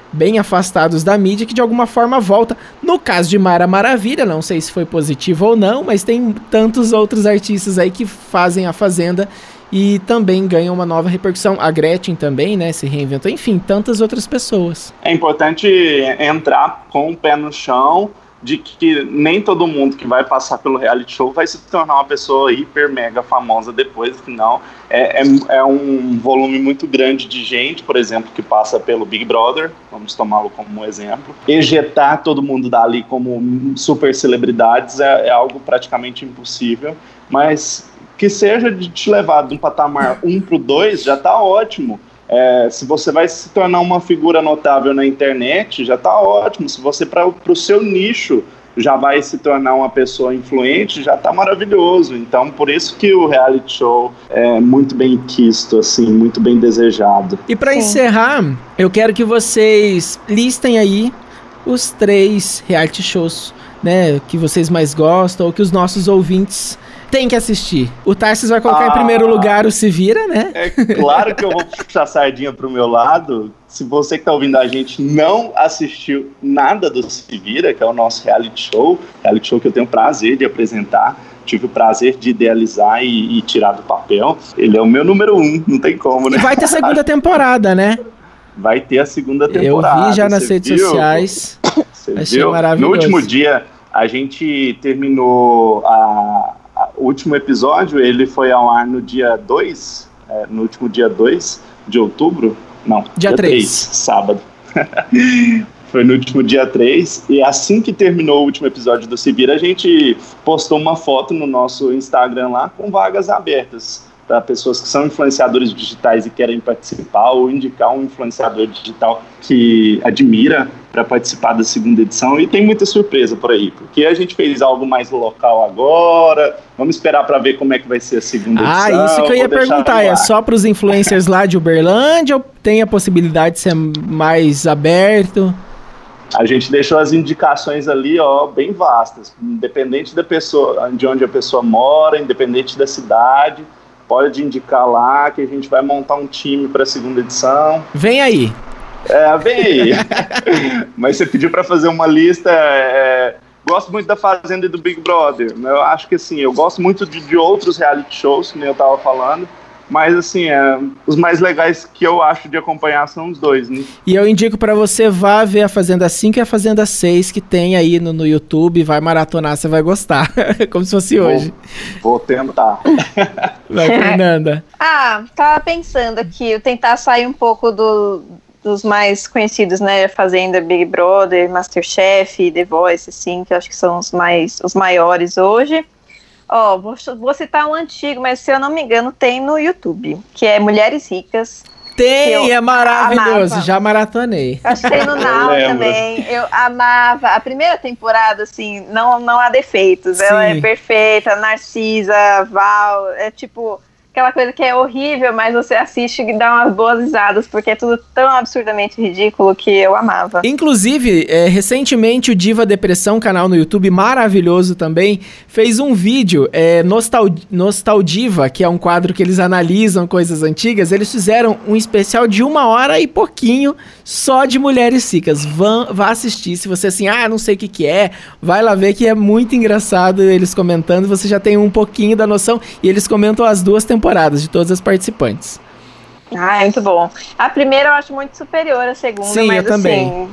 bem afastados da mídia, que de alguma forma volta. No caso de Mara Maravilha, não sei se foi positivo ou não, mas tem tantos outros artistas aí que fazem a Fazenda e também ganham uma nova repercussão. A Gretchen também, né, se reinventou. Enfim, tantas outras pessoas. É importante entrar com o pé no chão, de que nem todo mundo que vai passar pelo reality show vai se tornar uma pessoa hiper mega famosa depois, afinal é, é, é um volume muito grande de gente, por exemplo, que passa pelo Big Brother, vamos tomá-lo como um exemplo. Ejetar todo mundo dali como super celebridades é, é algo praticamente impossível, mas que seja de te levar de um patamar um para o dois já está ótimo. É, se você vai se tornar uma figura notável na internet, já está ótimo. Se você, para o seu nicho, já vai se tornar uma pessoa influente, já está maravilhoso. Então, por isso que o reality show é muito bem quisto, assim, muito bem desejado. E para encerrar, eu quero que vocês listem aí os três reality shows, né, que vocês mais gostam, ou que os nossos ouvintes tem que assistir. O Tarsis vai colocar ah, em primeiro lugar o Se Vira, né? É claro que eu vou puxar a sardinha pro meu lado. Se você que tá ouvindo a gente não assistiu nada do Se Vira, que é o nosso reality show, reality show que eu tenho o prazer de apresentar, tive o prazer de idealizar e, e tirar do papel, ele é o meu número um, não tem como, né? E vai ter segunda temporada, né? Vai ter a segunda temporada. Eu vi já nas Você redes viu? sociais. Você Achei viu? Maravilhoso. No último dia, a gente terminou a... O último episódio, ele foi ao ar no dia dois, é, no último dia dois de outubro, não, dia três, sábado. Foi no último dia três, e assim que terminou o último episódio do Se Vira, a gente postou uma foto no nosso Instagram lá com vagas abertas para pessoas que são influenciadores digitais e querem participar, ou indicar um influenciador digital que admira para participar da segunda edição. E tem muita surpresa por aí, porque a gente fez algo mais local agora, vamos esperar para ver como é que vai ser a segunda edição. Ah, isso que eu ia perguntar, é só para os influencers lá de Uberlândia ou tem a possibilidade de ser mais aberto? A gente deixou as indicações ali, ó, bem vastas, independente da pessoa, de onde a pessoa mora, independente da cidade, pode indicar lá que a gente vai montar um time para a segunda edição. Vem aí. É, vem aí. Mas você pediu para fazer uma lista. É, gosto muito da Fazenda e do Big Brother. Eu acho que assim, eu gosto muito de, de outros reality shows, como eu estava falando. Mas assim, é, os mais legais que eu acho de acompanhar são os dois, né? E eu indico pra você, vá ver a Fazenda cinco e a Fazenda seis, que tem aí no, no YouTube, vai maratonar, você vai gostar. Como se fosse vou, hoje. Vou tentar. Vai, Fernanda. Ah, tava pensando aqui, eu tentar sair um pouco do, dos mais conhecidos, né? Fazenda, Big Brother, Masterchef, The Voice, assim, que eu acho que são os, mais, os maiores hoje. Ó, oh, vou, vou citar um antigo, mas se eu não me engano tem no YouTube, que é Mulheres Ricas. Tem, é maravilhoso, amava. Já maratonei. Acho que tem no Now também, eu amava. A primeira temporada, assim, não, não há defeitos, Sim. Ela é perfeita, Narcisa, Val, é tipo... aquela coisa que é horrível, mas você assiste e dá umas boas risadas, porque é tudo tão absurdamente ridículo que eu amava. Inclusive, é, recentemente o Diva Depressão, canal no YouTube maravilhoso também, fez um vídeo, é, Nostal- Nostaldiva, que é um quadro que eles analisam coisas antigas. Eles fizeram um especial de uma hora e pouquinho só de Mulheres Ricas. Vá, vá assistir, se você assim, ah, não sei o que que é, vai lá ver que é muito engraçado eles comentando, você já tem um pouquinho da noção, e eles comentam as duas temporadas de todas as participantes. Ah, é muito bom. A primeira eu acho muito superior à segunda, Sim, mas eu também. assim,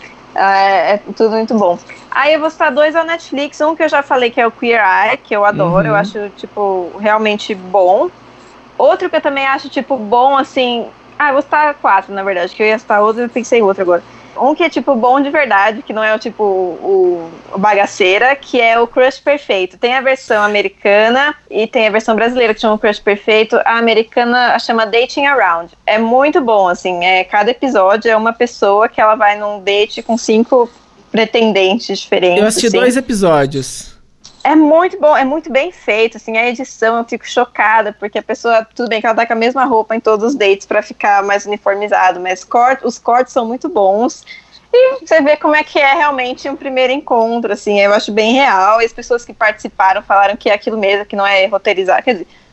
é, é tudo muito bom. Aí eu vou citar dois ao Netflix, um que eu já falei que é o Queer Eye, que eu adoro, uhum. Eu acho, tipo, realmente bom. Outro que eu também acho, tipo, bom, assim... Ah, eu vou citar quatro, na verdade, que eu ia citar outro e eu pensei em outro agora. Um que é, tipo, bom de verdade, que não é, tipo, o, o bagaceira, que é o Crush Perfeito. Tem a versão americana e tem a versão brasileira, que chama Crush Perfeito. A americana chama Dating Around. É muito bom, assim, é, cada episódio é uma pessoa que ela vai num date com cinco pretendentes diferentes. Eu assisti assim. dois episódios. É muito bom, é muito bem feito, assim, a edição eu fico chocada, porque a pessoa, tudo bem que ela tá com a mesma roupa em todos os dates pra ficar mais uniformizado, mas cort, os cortes são muito bons, e você vê como é que é realmente um primeiro encontro, assim, eu acho bem real, e as pessoas que participaram falaram que é aquilo mesmo, que não é roteirizado, quer dizer,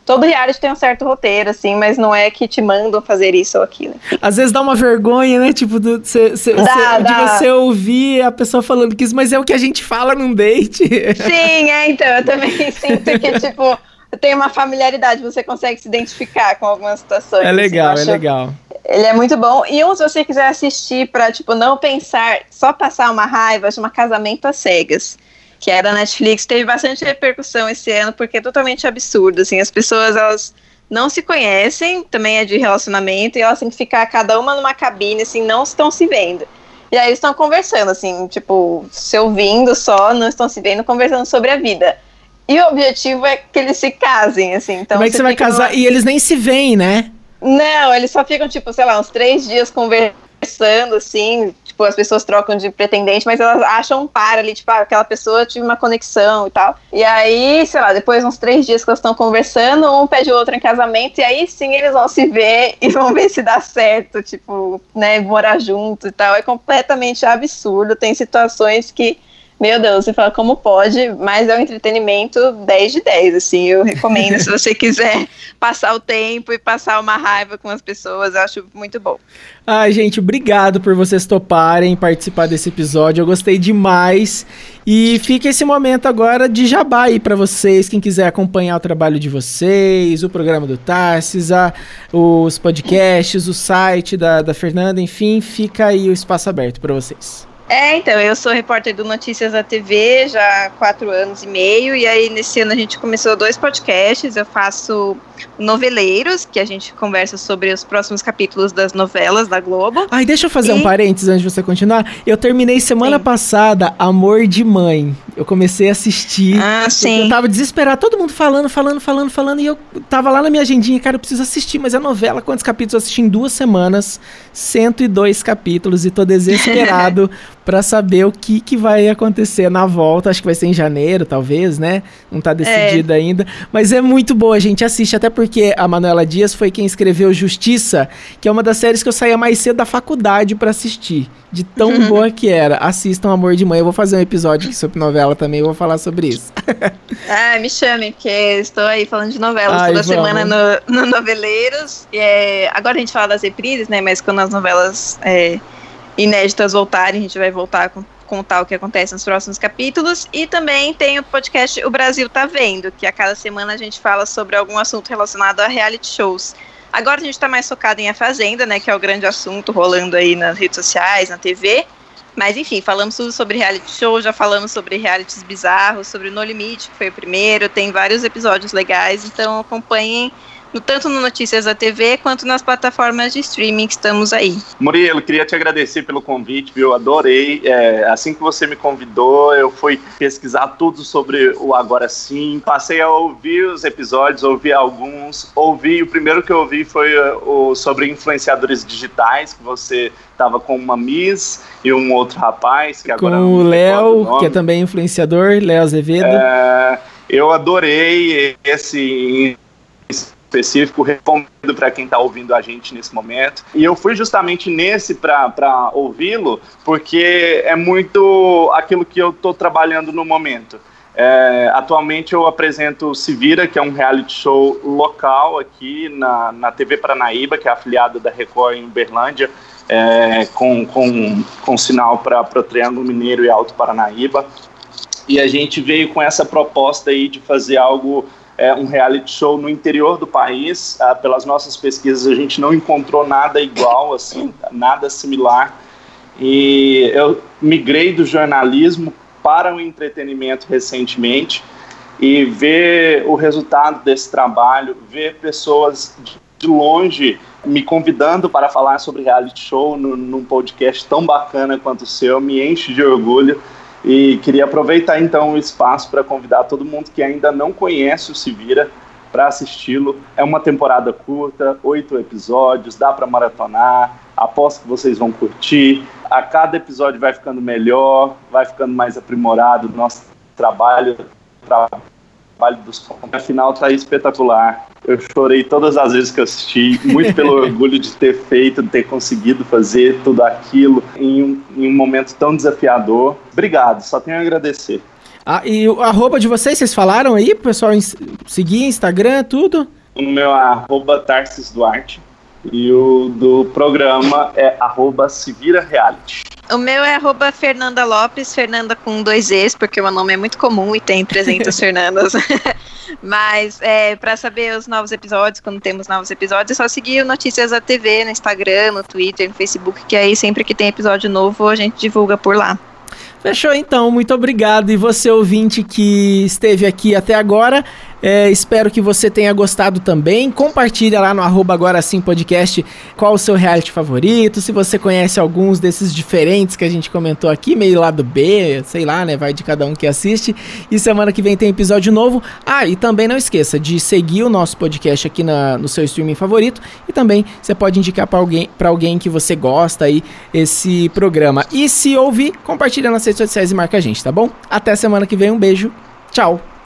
todo reality tem um certo roteiro, assim, mas não é que te mandam fazer isso ou aquilo. Às vezes dá uma vergonha, né? Tipo, do, cê, cê, dá, cê, dá. de você ouvir a pessoa falando que isso, mas é o que a gente fala num date. Sim, é, então, eu também sinto que, tipo, tem uma familiaridade, você consegue se identificar com algumas situações. É legal, assim, é legal. Ele é muito bom. E um, se você quiser assistir pra, tipo, não pensar, só passar uma raiva, chama Casamento às Cegas, que é da Netflix. Teve bastante repercussão esse ano, porque é totalmente absurdo, assim, as pessoas, elas não se conhecem, também é de relacionamento, e elas têm que ficar cada uma numa cabine, assim, não estão se vendo. E aí eles estão conversando, assim, tipo, se ouvindo só, não estão se vendo, conversando sobre a vida. E o objetivo é que eles se casem, assim. Então, como é que você vai casar? Numa... E eles nem se veem, né? Não, eles só ficam, tipo, sei lá, uns três dias conversando, assim, tipo, as pessoas trocam de pretendente, mas elas acham um par ali, tipo, ah, aquela pessoa tive uma conexão e tal. E aí, sei lá, depois uns três dias que elas estão conversando, um pede o outro em casamento, e aí sim eles vão se ver e vão ver se dá certo, tipo, né, morar junto e tal. É completamente absurdo, tem situações que, meu Deus, você fala como pode, mas é um entretenimento dez de dez, assim, eu recomendo se você quiser passar o tempo e passar uma raiva com as pessoas, eu acho muito bom. Ai, gente, obrigado por vocês toparem participar desse episódio, eu gostei demais, e fica esse momento agora de jabá aí pra vocês, quem quiser acompanhar o trabalho de vocês, o programa do Tarcísio, os podcasts, o site da, da Fernanda, enfim, fica aí o espaço aberto pra vocês. É, então, eu sou repórter do Notícias da T V já há quatro anos e meio, e aí nesse ano a gente começou dois podcasts. Eu faço Noveleiros, que a gente conversa sobre os próximos capítulos das novelas da Globo. Ai, deixa eu fazer e... um parênteses antes de você continuar. Eu terminei semana sim. passada Amor de Mãe. Eu comecei a assistir. Ah, sim. Eu tava desesperado, todo mundo falando, falando, falando, falando, e eu tava lá na minha agendinha, cara, eu preciso assistir, mas a novela, quantos capítulos eu assisti em duas semanas? cento e dois capítulos, e tô desesperado pra saber o que, que vai acontecer na volta. Acho que vai ser em janeiro, talvez, né? Não tá decidido é. ainda. Mas é muito boa, gente. Assiste, até porque a Manuela Dias foi quem escreveu Justiça, que é uma das séries que eu saía mais cedo da faculdade pra assistir. De tão uhum. boa que era. Assistam Amor de Mãe. Eu vou fazer um episódio aqui sobre novela também, eu vou falar sobre isso. Ah, me chamem, porque estou aí falando de novelas Ai, toda vamos. semana no, no Noveleiros. E é, agora a gente fala das reprises, né? Mas quando as novelas... É, inéditas voltarem, a gente vai voltar a contar o que acontece nos próximos capítulos. E também tem o podcast O Brasil Tá Vendo, que a cada semana a gente fala sobre algum assunto relacionado a reality shows. Agora a gente tá mais focado em A Fazenda, né, que é o grande assunto rolando aí nas redes sociais, na T V. Mas enfim, falamos tudo sobre reality show, já falamos sobre realities bizarros, sobre No Limite, que foi o primeiro, tem vários episódios legais, então acompanhem no, tanto no Notícias da T V quanto nas plataformas de streaming que estamos aí. Murilo, queria te agradecer pelo convite, viu? Adorei. É, assim que você me convidou, eu fui pesquisar tudo sobre o Agora Sim, passei a ouvir os episódios, ouvi alguns, ouvi, o primeiro que eu ouvi foi o sobre influenciadores digitais, que você estava com uma Miss e um outro rapaz, que agora com o Léo, que é também influenciador, Léo Azevedo. É, eu adorei esse específico, recomendo para quem está ouvindo a gente nesse momento. E eu fui justamente nesse para ouvi-lo, porque é muito aquilo que eu estou trabalhando no momento. É, atualmente eu apresento o Se Vira, que é um reality show local aqui na, na T V Paranaíba, que é afiliada da Record em Uberlândia, é, com, com, com sinal para o Triângulo Mineiro e Alto Paranaíba. E a gente veio com essa proposta aí de fazer algo, é, um reality show no interior do país. Ah, pelas nossas pesquisas a gente não encontrou nada igual, assim, nada similar. E eu migrei do jornalismo para o entretenimento recentemente, e ver o resultado desse trabalho, ver pessoas de longe me convidando para falar sobre reality show no, num podcast tão bacana quanto o seu, me enche de orgulho. E queria aproveitar então o espaço para convidar todo mundo que ainda não conhece o Se Vira para assisti-lo. É uma temporada curta, oito episódios, dá para maratonar, aposto que vocês vão curtir. A cada episódio vai ficando melhor, vai ficando mais aprimorado o nosso trabalho, trabalho dos contos. Afinal, tá espetacular. Eu chorei todas as vezes que eu assisti, muito pelo orgulho de ter feito, de ter conseguido fazer tudo aquilo em um, em um momento tão desafiador. Obrigado, só tenho a agradecer. Ah, e a arroba de vocês, vocês falaram aí pro pessoal seguir, Instagram, tudo? O meu é arroba Tarsis Duarte. E o do programa é arroba Se Vira Reality. O meu é arroba Fernanda Lopes, Fernanda com dois Es, porque o meu nome é muito comum e tem trezentas Fernandas. Mas é, para saber os novos episódios, quando temos novos episódios, é só seguir o Notícias da T V no Instagram, no Twitter, no Facebook, que aí sempre que tem episódio novo a gente divulga por lá. Fechou então, muito obrigado. E você, ouvinte que esteve aqui até agora, é, espero que você tenha gostado também. Compartilha lá no arroba Agora Sim Podcast qual o seu reality favorito, se você conhece alguns desses diferentes que a gente comentou aqui, meio lado B, sei lá, né, vai de cada um que assiste. E semana que vem tem episódio novo. Ah, e também não esqueça de seguir o nosso podcast aqui na, no seu streaming favorito, e também você pode indicar para alguém, para alguém que você gosta aí esse programa. E se ouvir, compartilha nas redes sociais e marca a gente, tá bom? Até semana que vem, um beijo, tchau!